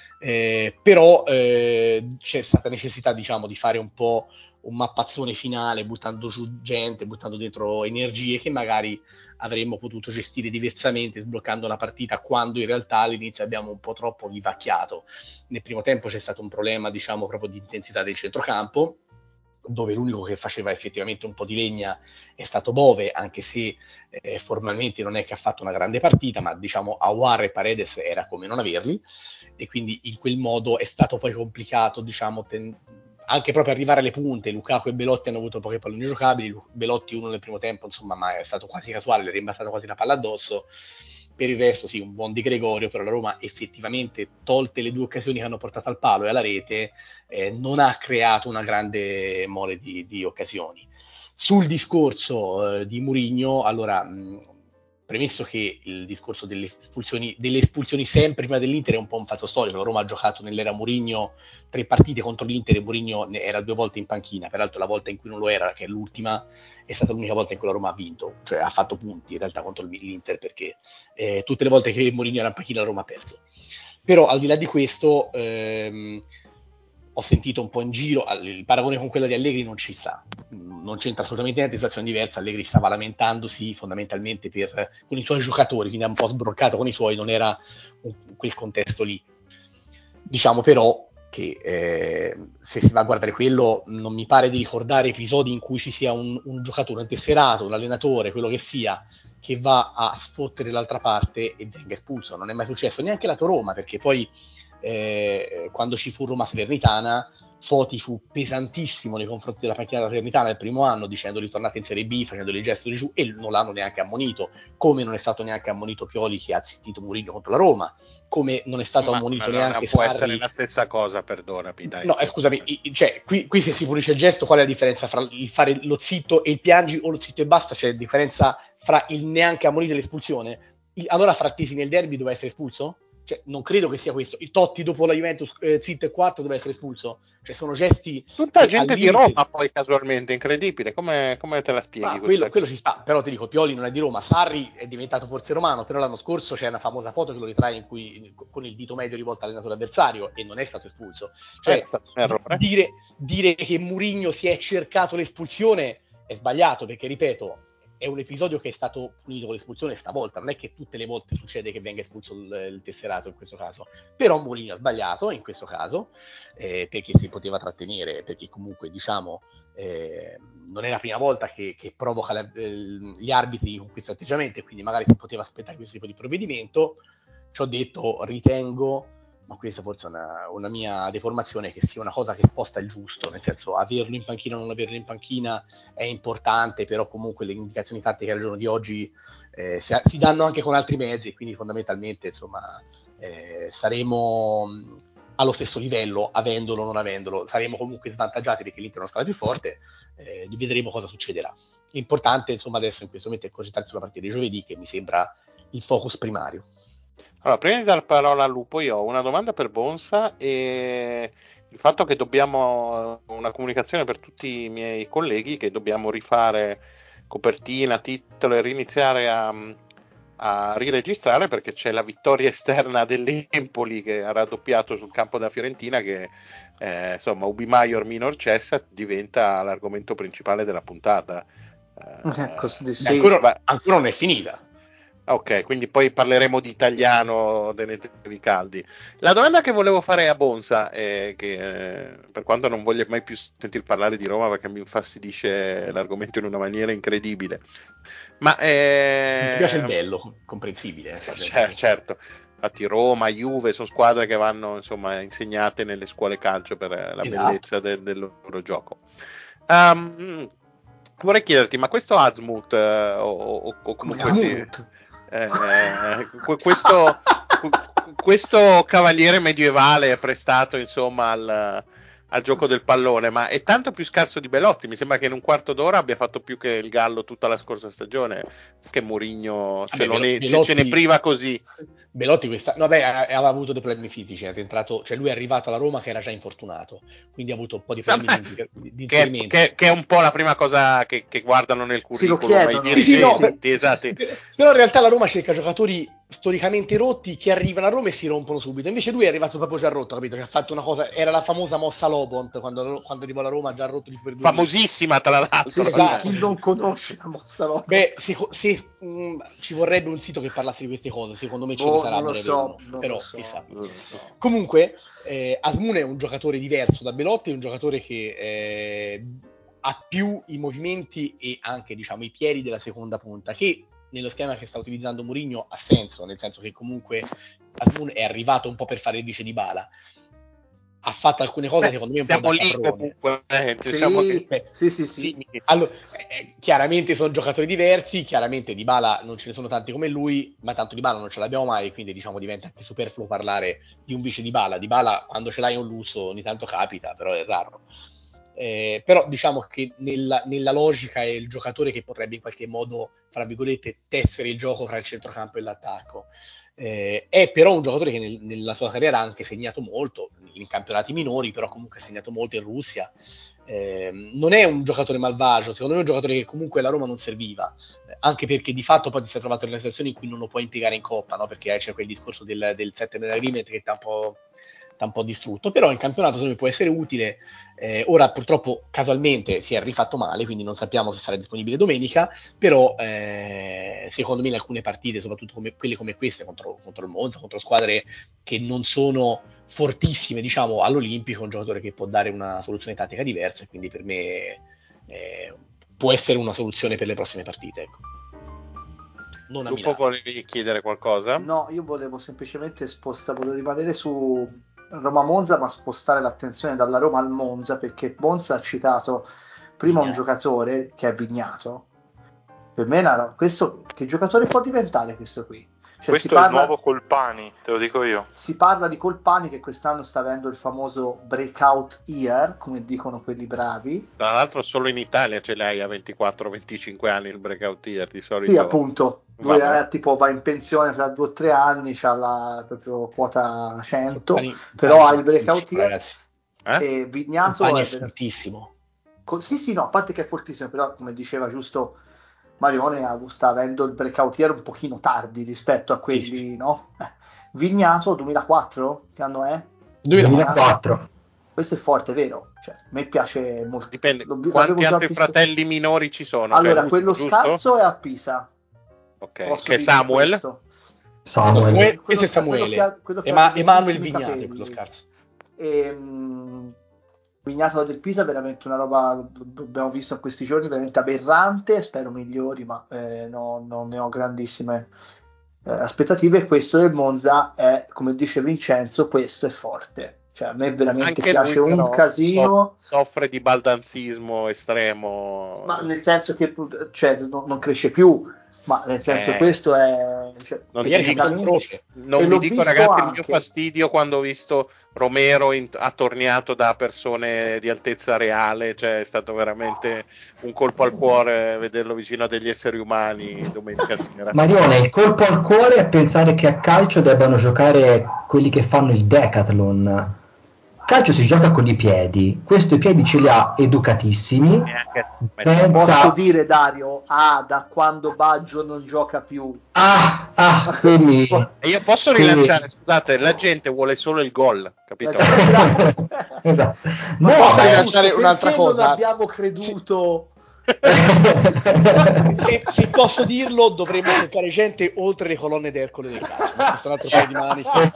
Eh, però eh, c'è stata necessità diciamo di fare un po' un mappazzone finale, buttando giù gente, buttando dentro energie che magari avremmo potuto gestire diversamente, sbloccando la partita, quando in realtà all'inizio abbiamo un po' troppo vivacchiato. Nel primo tempo c'è stato un problema, diciamo, proprio di intensità del centrocampo, dove l'unico che faceva effettivamente un po' di legna è stato Bove, anche se eh, formalmente non è che ha fatto una grande partita, ma diciamo Aouar e Paredes era come non averli, e quindi in quel modo è stato poi complicato, diciamo, ten- anche proprio arrivare alle punte. Lukaku e Belotti hanno avuto poche palloni giocabili, Belotti uno nel primo tempo, insomma, ma è stato quasi casuale, le è rimbalzata quasi la palla addosso. Per il resto sì, un buon Di Gregorio, però la Roma effettivamente, tolte le due occasioni che hanno portato al palo e alla rete, eh, non ha creato una grande mole di, di occasioni. Sul discorso eh, di Mourinho, allora, mh, premesso che il discorso delle espulsioni, delle espulsioni sempre prima dell'Inter è un po' un fatto storico, la Roma ha giocato nell'era Mourinho tre partite contro l'Inter e Mourinho ne era due volte in panchina, peraltro la volta in cui non lo era, che è l'ultima, è stata l'unica volta in cui la Roma ha vinto, cioè ha fatto punti in realtà contro l'Inter, perché eh, tutte le volte che Mourinho era in panchina la Roma ha perso. Però al di là di questo ehm, ho sentito un po' in giro, il paragone con quella di Allegri non ci sta, non c'entra assolutamente niente, situazione diversa. Allegri stava lamentandosi fondamentalmente per, con i suoi giocatori, quindi ha un po' sbroccato con i suoi, non era un, quel contesto lì. Diciamo però che eh, se si va a guardare quello non mi pare di ricordare episodi in cui ci sia un, un giocatore, un tesserato, un allenatore, quello che sia, che va a sfottere l'altra parte e venga espulso. Non è mai successo neanche la Roma, perché poi eh, quando ci fu Roma Salernitana, Foti fu pesantissimo nei confronti della panchina della Salernitana il primo anno, dicendo ritornate in Serie B, facendoli il gesto di giù, e non l'hanno neanche ammonito, come non è stato neanche ammonito Pioli, che ha zittito Mourinho contro la Roma, come non è stato ma, ammonito ma neanche non può Sarri. essere la stessa cosa, perdonami, dai. No, eh, scusami, i- cioè, qui, qui se si pulisce il gesto, qual è la differenza fra il fare lo zitto e il piangi o lo zitto e basta? C'è differenza fra il neanche ammonito e l'espulsione? Il- allora Frattesi nel derby doveva essere espulso? Cioè, non credo che sia questo. Il Totti dopo la Juventus eh, zitto e quattro doveva essere espulso? Cioè, sono gesti Tutta che gente al di limite... Roma, poi casualmente, incredibile. Come, come te la spieghi Ma questa quello, quello cosa? ci sta, però ti dico, Pioli non è di Roma, Sarri è diventato forse romano, però l'anno scorso c'è una famosa foto che lo ritrae in cui, con il dito medio rivolto all'allenatore avversario, e non è stato espulso. Eh, Cioè, è stato un errore. dire, dire che Mourinho si è cercato l'espulsione è sbagliato, perché ripeto, è un episodio che è stato punito con l'espulsione stavolta, non è che tutte le volte succede che venga espulso il, il tesserato in questo caso, però Mourinho ha sbagliato in questo caso, eh, perché si poteva trattenere, perché comunque diciamo eh, non è la prima volta che, che provoca la, eh, gli arbitri con questo atteggiamento, e quindi magari si poteva aspettare questo tipo di provvedimento. Ci ho detto, ritengo, ma questa forse è una, una mia deformazione, che sia una cosa che sposta il giusto, nel senso, averlo in panchina o non averlo in panchina è importante, però comunque le indicazioni tattiche al giorno di oggi eh, si, si danno anche con altri mezzi, quindi fondamentalmente insomma eh, saremo allo stesso livello, avendolo o non avendolo. Saremo comunque svantaggiati perché l'Inter è una squadra più forte, eh, vedremo cosa succederà. L'importante insomma adesso in questo momento è concentrarsi sulla partita di giovedì, che mi sembra il focus primario. Allora, prima di dare la parola a Lupo, io ho una domanda per Bonsa, e il fatto che dobbiamo una comunicazione per tutti i miei colleghi, che dobbiamo rifare copertina, titolo e riniziare a, a riregistrare, perché c'è la vittoria esterna dell'Empoli che ha raddoppiato sul campo della Fiorentina, che eh, insomma Ubi Maior minor cessa diventa l'argomento principale della puntata. Eh, così di Eh, sì. Ancora, ancora non è finita. Ok, quindi poi parleremo di italiano, tenetevi caldi. La domanda che volevo fare a Bonsa, è che eh, per quanto non voglia mai più sentir parlare di Roma perché mi infastidisce l'argomento in una maniera incredibile, ma eh, Mi piace il bello, comprensibile. Eh, c- certo, infatti Roma, Juve sono squadre che vanno insomma insegnate nelle scuole calcio per la esatto. bellezza del, del loro gioco. Um, vorrei chiederti, ma questo Azmut eh, o, o, o comunque sì, eh, questo, questo cavaliere medievale prestato insomma al, al gioco del pallone, ma è tanto più scarso di Belotti? Mi sembra che in un quarto d'ora abbia fatto più che il Gallo tutta la scorsa stagione, che Mourinho ce, Vabbè, ne, Belotti, ce ne priva così. Belotti questa, no, beh, aveva avuto dei problemi fisici, è entrato, cioè lui è arrivato alla Roma che era già infortunato, quindi ha avuto un po' di problemi Insomma, di, di che, inserimento. che, che è un po' la prima cosa che, che guardano nel Sì, lo curriculum ai chiedono. Sì, sì, no, dirigenti, per- esatto. però in realtà la Roma cerca giocatori storicamente rotti che arrivano a Roma e si rompono subito. Invece lui è arrivato proprio già rotto, capito? Cioè, ha fatto una cosa, era la famosa mossa Lobont quando, quando arrivò alla Roma, già rotto di per due mesi. Famosissima tra l'altro. Sì, sì, Esatto. chi non conosce la mossa Lobont? Beh, se, se, mh, ci vorrebbe un sito che parlasse di queste cose, secondo me ce ne Boh, sarà non a lo breve so, uno, non però lo so, chissà. non lo so. Comunque, eh, Asmun è un giocatore diverso da Belotti, è un giocatore che eh, ha più i movimenti e anche diciamo i piedi della seconda punta, che nello schema che sta utilizzando Mourinho ha senso, nel senso che comunque Asmun è arrivato un po' per fare il vice di Bala. Ha fatto alcune cose Beh, secondo me un po' siamo da lì caprone. comunque, eh, Sì, diciamo che Beh, sì, sì, sì. allora, eh, chiaramente sono giocatori diversi, chiaramente Dybala non ce ne sono tanti come lui, ma tanto Dybala non ce l'abbiamo mai, quindi diciamo diventa anche superfluo parlare di un vice Dybala. Dybala quando ce l'hai è un lusso, ogni tanto capita, però è raro. Eh, però diciamo che nella, nella logica è il giocatore che potrebbe in qualche modo, fra virgolette, tessere il gioco fra il centrocampo e l'attacco. Eh, è però un giocatore che nel, nella sua carriera ha anche segnato molto in campionati minori, però comunque ha segnato molto in Russia. Eh, non è un giocatore malvagio, secondo me è un giocatore che comunque la Roma non serviva, eh, anche perché di fatto poi ti sei trovato nella situazione in cui non lo puoi impiegare in Coppa, no? Perché c'è quel discorso del, del settlement agreement che ti ha un po', t'ha un po' distrutto, però in campionato secondo me può essere utile. Eh, ora purtroppo casualmente si è rifatto male, quindi non sappiamo se sarà disponibile domenica, però eh, secondo me in alcune partite, soprattutto come, quelle come queste contro, contro il Monza, contro squadre che non sono fortissime, diciamo, all'Olimpico, è un giocatore che può dare una soluzione tattica diversa, e quindi per me eh, può essere una soluzione per le prossime partite, ecco. Non a Lupo, Milano. volevi chiedere qualcosa? No, io volevo semplicemente spostare, volevo rimanere su Roma-Monza, ma spostare l'attenzione dalla Roma al Monza, perché Monza ha citato prima un Vignato. giocatore che è Vignato. Per me era, questo, che giocatore può diventare questo qui? Cioè, Questo si è il parla, nuovo Colpani, te lo dico io. si parla di Colpani che quest'anno sta avendo il famoso breakout year, come dicono quelli bravi. Tra l'altro solo in Italia ce l'hai a ventiquattro venticinque anni il breakout year, di solito. Sì, appunto, lui Vabbè. è, tipo va in pensione fra due o tre anni, c'ha la proprio quota cento, Pani- però Pani ha il breakout fortissimo, year. ragazzi. Eh? E Vignato Pani è è ver- fortissimo. co- sì, sì, no, a parte che è fortissimo, però come diceva giusto Marione, ha- sta avendo il breakout year un pochino tardi rispetto a quelli, Sì, sì. no? Eh. Vignato duemilaquattro? Che anno è? duemilaquattro. Questo è forte, vero? Cioè, a me piace molto. Dipende. L'ho vi- Quanti l'avevo già altri visto. fratelli minori ci sono? Allora, Cioè, quello giusto? scarso è a Pisa. Ok. Posso Che è dirti Samuel? questo. Samuel. Samuel- Quello- questo è quello- quello Samuele. che ha- quello che ha Ema- dei Emanuel bellissimi Vignato è capelli. quello scarso. E, mh, Vignato del Pisa è veramente una roba, abbiamo visto in questi giorni, veramente aberrante, spero migliori, ma eh, no- non ne ho grandissime eh, aspettative. E questo del Monza è, come dice Vincenzo, questo è forte. Cioè, a me veramente Anche piace lui un però casino, so- soffre di baldanzismo estremo. ma nel senso che cioè, no- non cresce più, ma nel senso Eh, questo è cioè, non ti Ieri c'è dico, messo in croce. non e vi l'ho dico visto ragazzi il mio anche. fastidio quando ho visto Romero in- attorniato da persone di altezza reale, cioè è stato veramente un colpo al cuore vederlo vicino a degli esseri umani domenica sera. Marione, il colpo al cuore è pensare che a calcio debbano giocare quelli che fanno il decathlon. Calcio si gioca con i piedi, questo i piedi ce li ha educatissimi, E anche- Posso senza... dire, Dario, ah, da quando Baggio non gioca più. Ah, ah, quindi... E io posso quindi- rilanciare, scusate, la gente vuole solo il gol, capito? esatto. Ma No, posso ma è- rilanciare tutto, un'altra perché non cosa? abbiamo creduto? Se, se posso dirlo, dovremmo cercare gente oltre le colonne d'Ercole del calcio. Ma questo è un altro paio di maniche.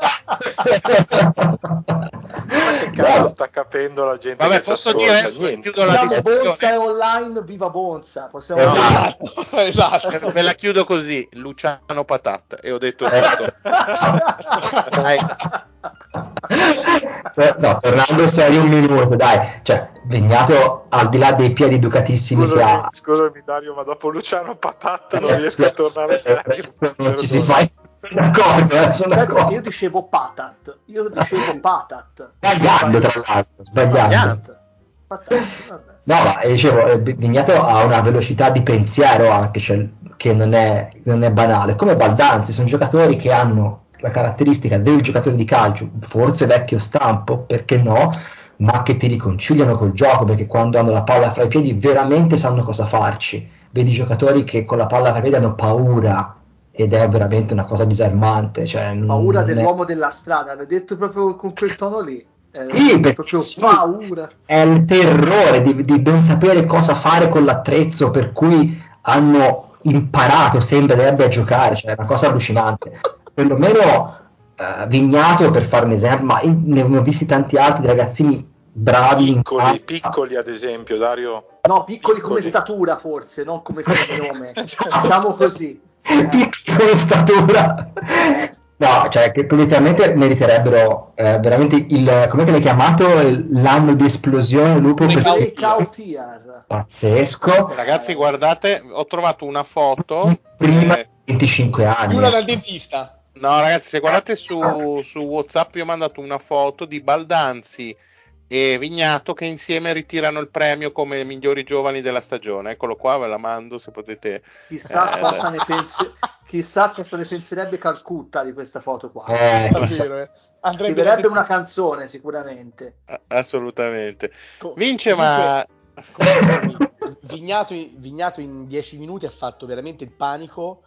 Chissà che cazzo No. sta capendo la gente Vabbè, che ci posso ascolta. dire, Niente. chiudo la Diciamo Bonza è discussione, online, viva Bonza. Possiamo Esatto. dire. Esatto, esatto. ve la chiudo così, Luciano Patat, e ho detto Eh. tutto. Dai. No, tornando serio un minuto, dai, cioè Vignato al di là dei piedi educatissimi che Scusami, ha, scusami Dario, ma dopo Luciano Patat non riesco a tornare serio. non ci si Perdona. fa, sono d'accordo, eh, sono Pensa che d'accordo. io dicevo Patat. Io dicevo Patat. Sbagliando tra l'altro, sbagliando. Patat. Patat. Vabbè. No, ma eh, dicevo, eh, Vignato ha una velocità di pensiero anche, cioè, che non è, non è banale, come Baldanzi, sono giocatori che hanno la caratteristica del giocatore di calcio, forse vecchio stampo, perché no, ma che ti riconciliano col gioco, perché quando hanno la palla fra i piedi veramente sanno cosa farci. Vedi giocatori che con la palla fra i piedi hanno paura, ed è veramente una cosa disarmante. Cioè, non- Paura non è- dell'uomo della strada, l'hai detto proprio con quel tono lì. Eh, Sì, perché proprio sì, paura. è il terrore di, di non sapere cosa fare con l'attrezzo per cui hanno imparato, sembrerebbe, a giocare, cioè è una cosa allucinante. Perlomeno eh, Vignato, per fare un esempio, ma in- ne ho visti tanti altri di ragazzini bravi in Piccoli, campo. piccoli ad esempio, Dario. No, piccoli come statura forse, non come cognome. Diciamo così. Piccoli come statura. No, cioè che letteralmente meriterebbero eh, veramente il, come che l'hai chiamato, l'anno di esplosione, Lupo, per Breakout year. pazzesco. Ragazzi, guardate, ho trovato una foto. Prima eh, di venticinque anni. Chiuda eh. dal dentista. No, ragazzi, se guardate su, su WhatsApp, io ho mandato una foto di Baldanzi e Vignato che insieme ritirano il premio come migliori giovani della stagione. Eccolo qua, ve la mando se potete. Chissà eh, cosa ne pense- chissà cosa ne penserebbe Calcutta di questa foto qua. Eh, chissà. Davvero, eh. Andrebbe Scriverebbe dal una dentista. canzone sicuramente. Assolutamente. Co- Vince, comunque- ma comunque, Vignato, Vignato in dieci minuti ha fatto veramente il panico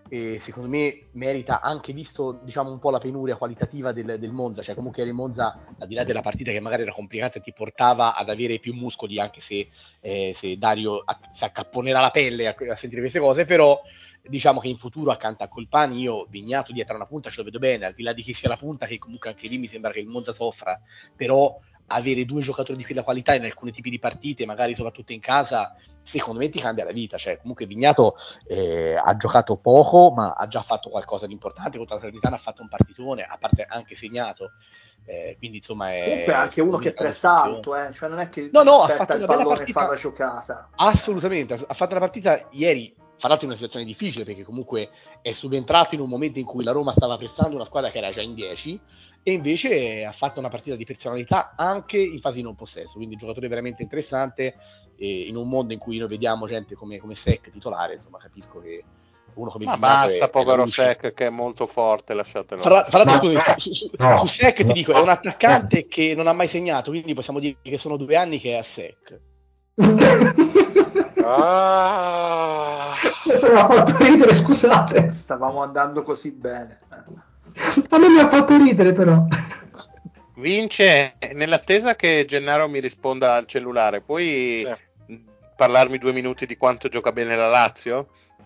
e secondo me merita, anche visto diciamo un po' la penuria qualitativa del, del Monza, cioè comunque il Monza, al di là della partita che magari era complicata, ti portava ad avere più muscoli, anche se, eh, se Dario a, si accapponerà la pelle a, a sentire queste cose, però diciamo che in futuro accanto a Colpani io Vignato dietro una punta ce lo vedo bene, al di là di chi sia la punta, che comunque anche lì mi sembra che il Monza soffra, però avere due giocatori di quella qualità in alcuni tipi di partite, magari soprattutto in casa, secondo me ti cambia la vita. Cioè comunque Vignato eh, ha giocato poco, ma ha già fatto qualcosa di importante, contro la Salernitana ha fatto un partitone, a parte anche segnato, eh, quindi insomma è comunque anche uno che pressa alto, eh? Cioè non è che no, no, ha aspetta fatto il una bella pallone e partita, fa la giocata. assolutamente, ha fatto una partita ieri, fra l'altro in una situazione difficile, perché comunque è subentrato in un momento in cui la Roma stava pressando una squadra che era già in dieci, e invece ha fatto una partita di personalità anche in fase non possesso, quindi un giocatore veramente interessante, e in un mondo in cui noi vediamo gente come, come Sec titolare, insomma capisco che uno come Ma Vignato basta, è, è povero luce. Sec che è molto forte, lasciatelo. Fra, fra l'altro, No, scusami, su, su, no, su Sec ti no, dico, è un attaccante che non ha mai segnato, quindi possiamo dire che sono due anni che è a Sec. Ah, Questo mi ha fatto ridere, scusate. Stavamo andando così bene. A me mi ha fatto ridere, però. Vince, nell'attesa che Gennaro mi risponda al cellulare, puoi sì. parlarmi due minuti di quanto gioca bene la Lazio?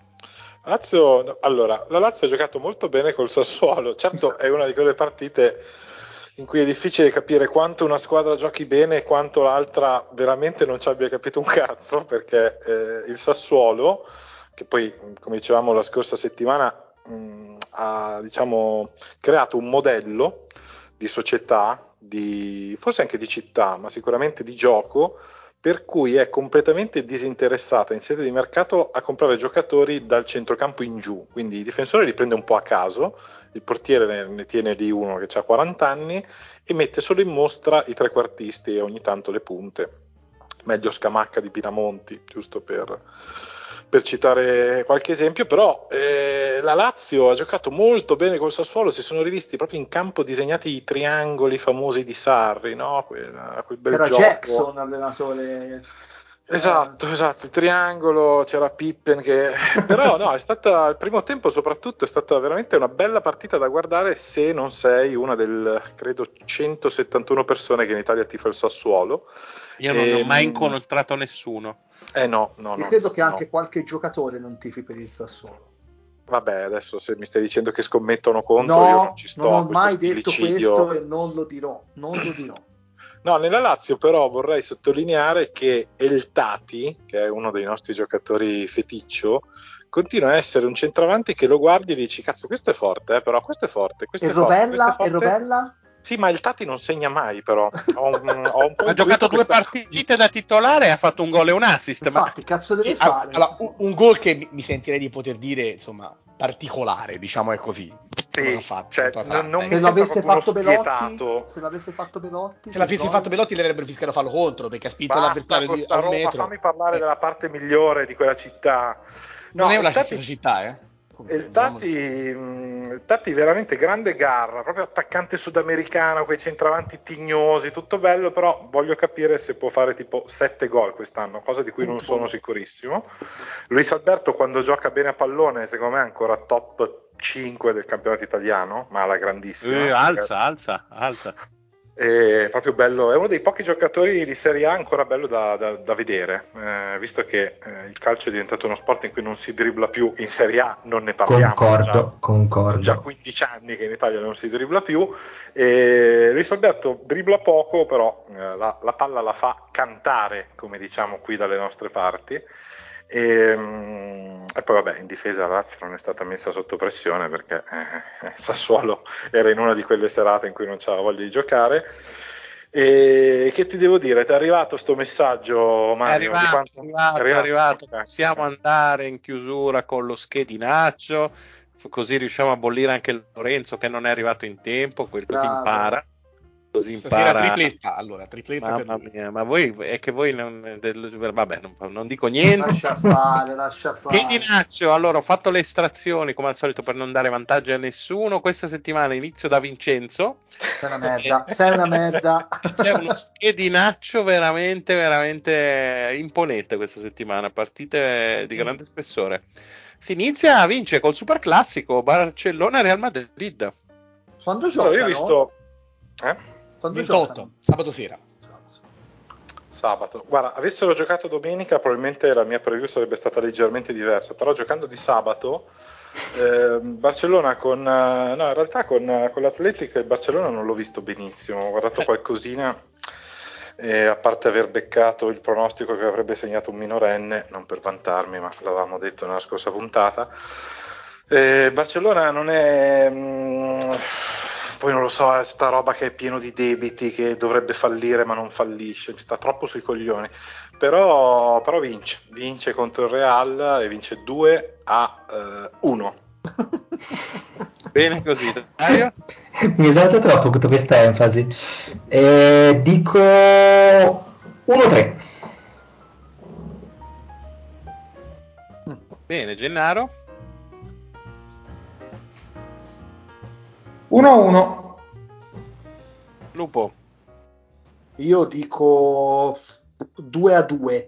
Lazio, no, allora, la Lazio ha giocato molto bene col Sassuolo. Certo, è una di quelle partite in cui è difficile capire quanto una squadra giochi bene e quanto l'altra veramente non ci abbia capito un cazzo, perché eh, il Sassuolo, che poi, come dicevamo la scorsa settimana, mh, ha diciamo creato un modello di società, di, forse anche di città, ma sicuramente di gioco, per cui è completamente disinteressata in sede di mercato a comprare giocatori dal centrocampo in giù, quindi i difensori li prende un po' a caso, il portiere ne, ne tiene lì uno che ha quaranta anni e mette solo in mostra i trequartisti e ogni tanto le punte, meglio Scamacca di Pinamonti, giusto per, per citare qualche esempio, però eh, la Lazio ha giocato molto bene col Sassuolo, si sono rivisti proprio in campo disegnati i triangoli famosi di Sarri, no? quel, quel bel C'era gioco. Jackson, allenatore. Esatto, esatto, il triangolo, c'era Pippen che... però no, è stata, il primo tempo soprattutto è stata veramente una bella partita da guardare se non sei una del, credo, centosettantuno persone che in Italia tifa il Sassuolo. Io non ne ho E, mai incontrato nessuno. Eh no, no, Io no. credo che no. anche qualche giocatore non tifi per il Sassuolo. Vabbè, adesso se mi stai dicendo che scommettono contro, no, io non ci sto. non ho Questo mai detto stillicidio... questo e non lo dirò, non lo dirò. No, nella Lazio però vorrei sottolineare che El Tati, che è uno dei nostri giocatori feticcio, continua a essere un centravanti che lo guardi e dici cazzo questo è forte, eh, però questo è forte, questo E è forte, questo è Rovella? forte. E Rovella? Sì, ma il Tati non segna mai però. Ho un, ho un po' Ha giocato due questa... partite da titolare e ha fatto un gol e un assist. Infatti, Ma... cazzo deve E, fare? allora, un, un gol che mi, mi sentirei di poter dire, insomma, particolare, diciamo è così. Sì, fatto, cioè, non, non mi Se sembra l'avesse proprio uno fatto Belotti, spietato. se l'avesse fatto Belotti, Se l'avesse fatto Belotti le avrebbero fischiato fallo contro, perché ha spinto Basta l'avversario con di, a sta un Roma, metro. fammi parlare Eh, della parte migliore di quella città. non No, è il una Tati, città, eh. Comunque, il Tati, il Tati veramente grande garra, proprio attaccante sudamericano, quei centravanti tignosi, tutto bello, però voglio capire se può fare tipo sette gol quest'anno, cosa di cui non sono sicurissimo. Luis Alberto quando gioca bene a pallone, secondo me è ancora top cinque del campionato italiano, ma alla grandissima. Eh, alza, alza, alza. È proprio bello, è uno dei pochi giocatori di Serie A ancora bello da, da, da vedere, eh, visto che eh, il calcio è diventato uno sport in cui non si dribbla più, in Serie A non ne parliamo, Concordo, già, concordo. già quindici anni che in Italia non si dribbla più, e Luis Alberto dribbla poco, però eh, la, la palla la fa cantare, come diciamo qui dalle nostre parti. E, e poi vabbè, in difesa la Lazio non è stata messa sotto pressione perché eh, Sassuolo era in una di quelle serate in cui non c'aveva voglia di giocare. E che ti devo dire, ti è arrivato sto messaggio, Mario? È arrivato, Di quanto... è arrivato, è arrivato? è arrivato. Okay. Possiamo andare in chiusura con lo schedinaccio, così riusciamo a bollire anche Lorenzo che non è arrivato in tempo, così Bravo. impara. Così Stasera impara. tripletta, allora, tripletta Mamma per lui. mia, ma voi è che voi non, del, vabbè, non, non dico niente. Lascia fare, lascia fare. Schedinaccio, allora ho fatto le estrazioni come al solito per non dare vantaggi a nessuno. Questa settimana inizio da Vincenzo. Sei una merda, sei una merda. C'è uno schedinaccio veramente, veramente imponente questa settimana, partite di grande spessore. Si inizia, vince col super classico Barcellona-Real Madrid. Quando Allora, giocano? io ho visto... Eh? Quando ventotto, giocano? sabato sera. Sabato. Guarda, avessero giocato domenica probabilmente la mia preview sarebbe stata leggermente diversa, però giocando di sabato eh, Barcellona con... No, in realtà con, con l'Atletic il Barcellona non l'ho visto benissimo, ho guardato qualcosina, eh, a parte aver beccato il pronostico che avrebbe segnato un minorenne, non per vantarmi, ma l'avevamo detto nella scorsa puntata. Eh, Barcellona non è... Mh, poi non lo so, è sta roba che è pieno di debiti, che dovrebbe fallire ma non fallisce, mi sta troppo sui coglioni, però, però vince, vince contro il Real e vince due a uno. Bene così, Dario? Mi esalta troppo tutta questa enfasi. Eh, dico uno tre. Bene, Gennaro? uno a uno. Lupo? Io dico due a due.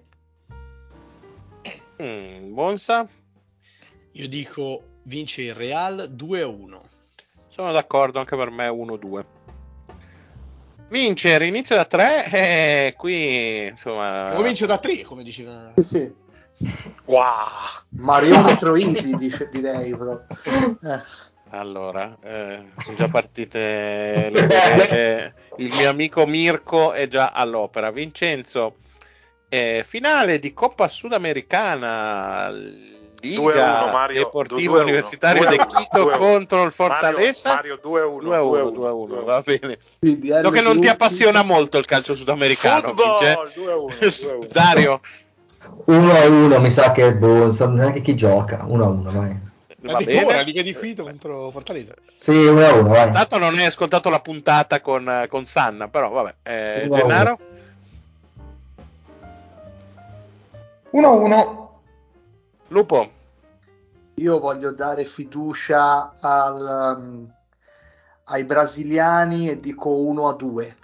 Mm, Bonsa? Io dico vince il Real due a uno. Sono d'accordo, anche per me uno due. Vince, inizio da tre e qui insomma... Io vincio da tre, come diceva. Sì, sì. Wow. Mariometro easy, dice, direi però. Eh. Allora, eh, sono già partite le querele. Il mio amico Mirko è già all'opera. Vincenzo, eh, finale di Coppa Sudamericana, Liga due a uno, Mario, Deportivo due a uno, Universitario due a de uno, Quito due a uno. contro il Fortaleza. Mario, Mario due a uno, due a uno, due a uno, va bene. Quindi So che non ti L G U appassiona molto il calcio sudamericano, Football, Vince. due a uno, due a uno. Dario, uno a uno mi sa che è buono, non so neanche chi gioca. uno a uno, vai. va Addirittura bene. Liga di Quito contro Fortaleza. Sì, uno a uno, vai. Tanto non hai ascoltato la puntata con, con Sanna, però vabbè. Eh, uno a Gennaro? uno a uno. Lupo? Io voglio dare fiducia al, um, ai brasiliani e dico uno a due.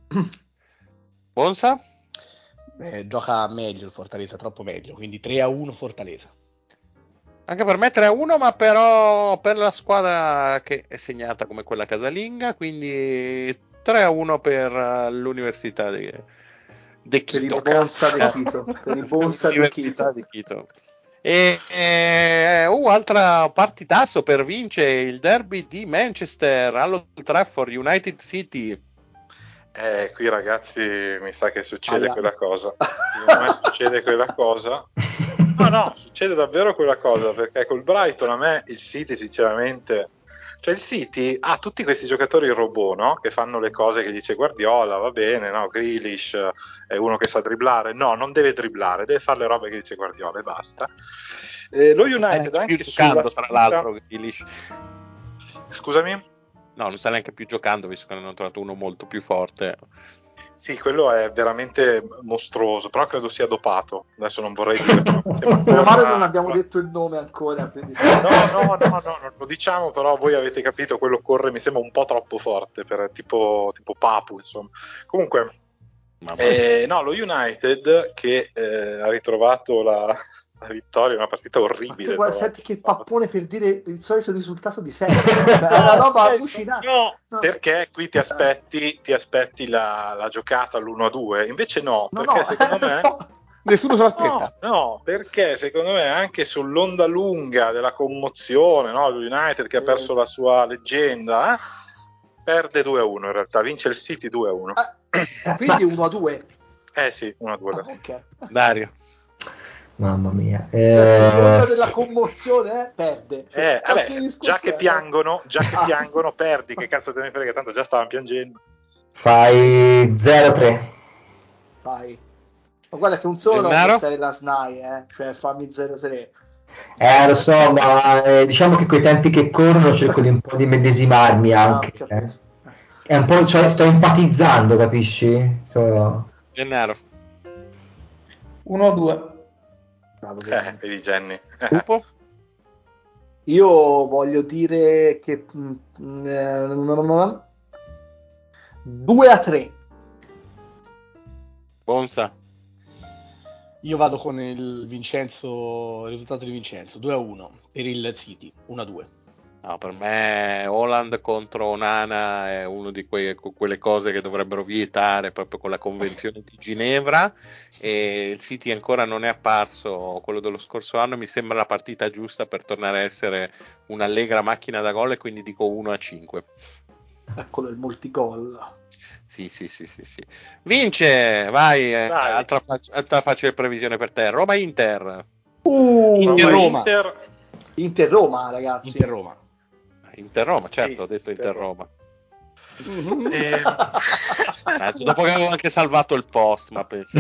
Bonsa? Eh, gioca meglio il Fortaleza, troppo meglio, quindi tre a uno Fortaleza. Anche per me tre a uno, ma però per la squadra che è segnata come quella casalinga, quindi tre a uno per l'Università di, di Per i Quito. Bonsa di Quito. Per i Bonsa di L'Università Quito. di Quito. E, e uh, altra partitasso per vince il derby di Manchester all'Old Trafford, United City. Eh, qui ragazzi mi sa che succede Aia. quella cosa. Secondo me succede quella cosa. No, no, succede davvero quella cosa, perché col Brighton a me il City sinceramente... Cioè il City ha tutti questi giocatori robot, no? Che fanno le cose che dice Guardiola, va bene, no? Grealish è uno che sa dribblare. No, non deve dribblare, deve fare le robe che dice Guardiola e basta. Eh, lo United Sta anche più sulla giocando, tra sfida... l'altro, Grealish. Scusami? No, non sta neanche più giocando, visto che ne hanno trovato uno molto più forte. Sì, quello è veramente mostruoso, però credo sia dopato. Adesso non vorrei dire, però sembra Meno male non corra- abbiamo detto il nome ancora. Quindi... No, no, no, no, non lo diciamo, però voi avete capito, quello corre, mi sembra un po' troppo forte, per, tipo, tipo Papu, insomma. Comunque, eh, no, lo United che eh, ha ritrovato la, la vittoria, una partita orribile. Ma te, guarda, tra senti che pappone per dire il solito risultato di sempre. l'altro. Cioè, è una roba No, allucinante. no, No. perché qui ti aspetti, ti aspetti la, la giocata all'uno a due, invece no, No, perché no, secondo me... no. Nessuno se l'aspetta. No, no, perché secondo me anche sull'onda lunga della commozione, no? L'United che ha perso la sua leggenda, eh? Perde due a uno in realtà, vince il City due a uno. Ah, quindi uno a due. Eh sì, uno a due. Ah, ok. Dario. Mamma mia. Cioè, sull'onda Eh, della commozione eh, perde. Cioè, Eh, cazzo vabbè, di già discorso che è? piangono, già che Ah. piangono, perdi, che cazzo te ne frega, tanto già stavano piangendo. fai zero tre. Vai. Ma guarda che un solo non può Gennaro? essere la S N A I, eh? Cioè fammi zero tre. Eh, lo so, ma eh, diciamo che coi tempi che corrono cerco di un po' di medesimarmi anche. Ah, eh. È un po', cioè, sto empatizzando, capisci? So- Gennaro. uno a due. Bravo, Eh, vedi Jenny. Lupo? io voglio dire che mm, eh, due a tre. Bonsa? Io vado con il Vincenzo, il risultato di Vincenzo, due a uno per il City, uno a due. No, per me Holland contro Onana è una di quei, quelle cose che dovrebbero vietare proprio con la convenzione di Ginevra, e il City ancora non è apparso quello dello scorso anno, mi sembra la partita giusta per tornare a essere un'allegra macchina da gol, e quindi dico uno a cinque. Eccolo il multigol. Sì, sì, sì, sì, sì. Vince, vai, eh, Dai. altra, fac- altra facile previsione per te. Roma-Inter. Uh, Inter Roma. Inter, Inter Roma, ragazzi. Inter Roma. Inter-Roma, certo, Sì, ho detto Inter Inter-Roma. Eh, Eh, dopo che avevo anche salvato il post, ma penso.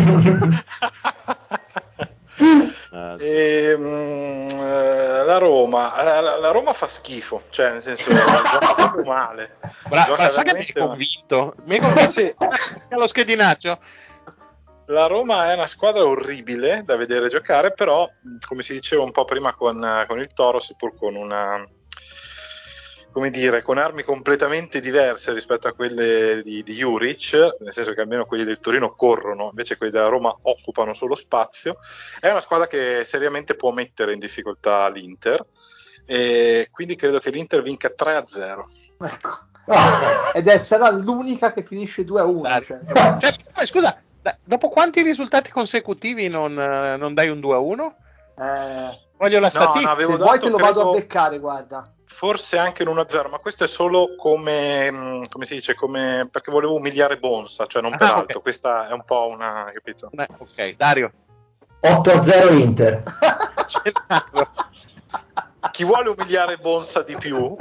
Eh, e, mm, eh, la Roma la, la- la Roma fa schifo, cioè nel senso gioca proprio male. Bra- Gioca bra- sai che mi hai veramente male. convinto? Mi hai convinto Sì. allo schedinaccio? La Roma è una squadra orribile da vedere giocare, però come si diceva un po' prima con, con il Toro, seppur con una, come dire, con armi completamente diverse rispetto a quelle di, di Juric, nel senso che almeno quelli del Torino corrono, invece quelli della Roma occupano solo spazio, è una squadra che seriamente può mettere in difficoltà l'Inter, e quindi credo che l'Inter vinca tre a zero. Ecco. Ed è sarà l'unica che finisce due a uno. Dai. Cioè. Cioè, poi, scusa, da- dopo quanti risultati consecutivi non, eh, non dai un due a uno? Eh, Voglio la No, statistica. no, avevo se vuoi dato, te lo vado credo, a beccare, guarda. forse anche in uno a zero, ma questo è solo come, mh, come si dice, come, perché volevo umiliare Bonsa, cioè non Ah, per ok. altro. Questa è un po' una, capito? Eh, Ok, Dario. otto a zero Inter. Gennaro. Chi vuole umiliare Bonsa di più?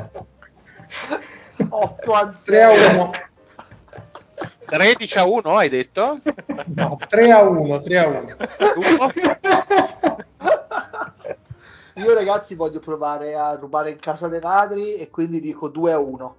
otto a tre a zero. uno. tredici a uno hai detto? No, tre a uno, tre a uno. Lupo? Io ragazzi voglio provare a rubare in casa dei ladri e quindi dico due a uno.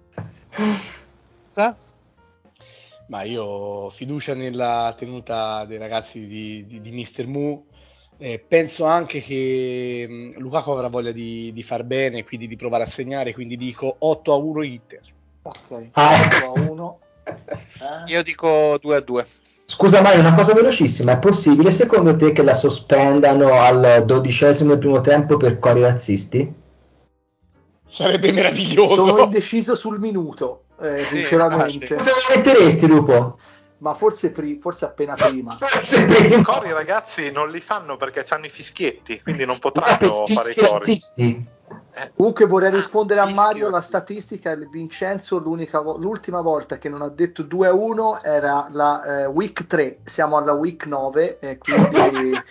Eh? Ma io ho fiducia nella tenuta dei ragazzi di, di, di mister Mu. Eh, penso anche che mh, Lukaku avrà voglia di, di far bene, quindi di provare a segnare, quindi dico otto a uno Inter. Ok, Ah, ecco. otto a uno. Eh? Io dico due a due. Scusa Mario, una cosa velocissima, è possibile secondo te che la sospendano al dodicesimo del primo tempo per cori razzisti? Sarebbe meraviglioso. Sono indeciso sul minuto, eh, Sì, sinceramente. infatti. Cosa lo metteresti, Lupo? Ma forse, pri- forse appena prima. Forse prima. I cori, ragazzi, non li fanno perché hanno i fischietti, quindi non Ah, per potranno fare i fischi cori. razzisti. Eh, Comunque vorrei rispondere a Fischio, Mario, la sì. statistica, il Vincenzo l'unica vo- l'ultima volta che non ha detto due a uno era la eh, week tre, siamo alla week nove e quindi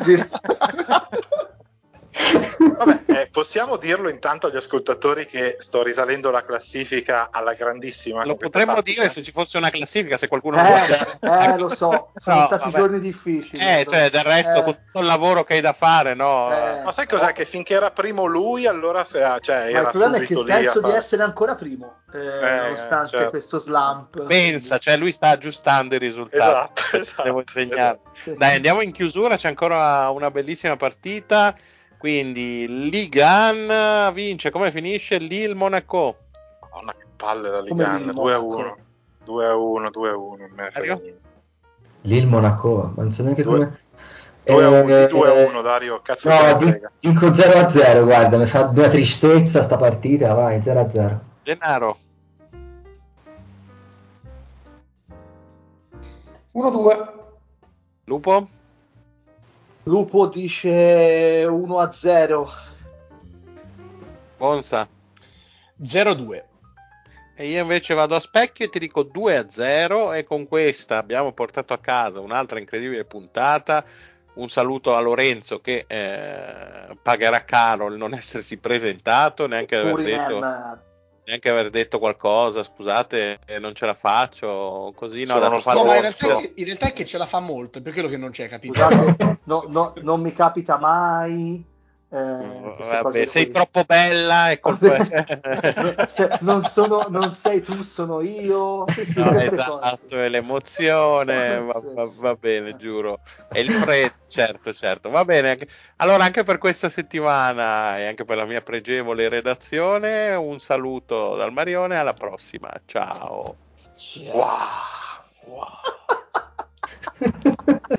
Vabbè, eh, possiamo dirlo intanto agli ascoltatori che sto risalendo la classifica alla grandissima. Lo con questa potremmo tattica. dire se ci fosse una classifica, se qualcuno vuole. eh, eh, lo so, sono No, stati vabbè. giorni difficili. Eh, cioè, del resto, Eh, con tutto il lavoro che hai da fare, no? Eh. Ma sai cos'è? Che finché era primo lui, allora se- cioè, ma il era problema è che subito lì a penso di fare. essere ancora primo, eh, Eh, nonostante certo. questo slump. Pensa, cioè lui sta aggiustando i risultati. Esatto, esatto, Devo insegnare. esatto. Dai, andiamo in chiusura, c'è ancora una bellissima partita. Quindi Ligan vince, come finisce? Lille Monaco. Una palle la Come Ligan, Lille due a Monaco. uno. due a uno, due a uno. Me frega Dario? niente. Lì il Monaco, non so neanche Due- come... due a uno, Eh, di due a uno, Dario, cazzo te No, ne di- frega. dico zero a zero, guarda, mi fa una tristezza sta partita, vai, zero a zero. Gennaro. uno a due. Lupo? Lupo dice uno a zero. Bonsa? zero a due. E io invece vado a specchio e ti dico due a zero, e con questa abbiamo portato a casa un'altra incredibile puntata. Un saluto a Lorenzo che eh, pagherà caro il non essersi presentato, neanche aver detto, Purinen. neanche aver detto qualcosa, scusate, eh, non ce la faccio, così no, Sono ha uno dato No, ma in fatto- realtà, in realtà è che ce la fa molto, è per quello che non c'è, capito? Scusate, no, no, non mi capita mai. Eh, queste Vabbè, cose sei qui. troppo bella, è colpa Se- non, sono, non sei tu, sono io. Sì, sì, No, queste esatto, cose. è l'emozione, va, Sì, va- sì. va bene, giuro. E il freddo, certo, certo, va bene. anche- Allora, anche per questa settimana e anche per la mia pregevole redazione, un saluto dal Marione, alla prossima, ciao. Ciao. Wow. Wow.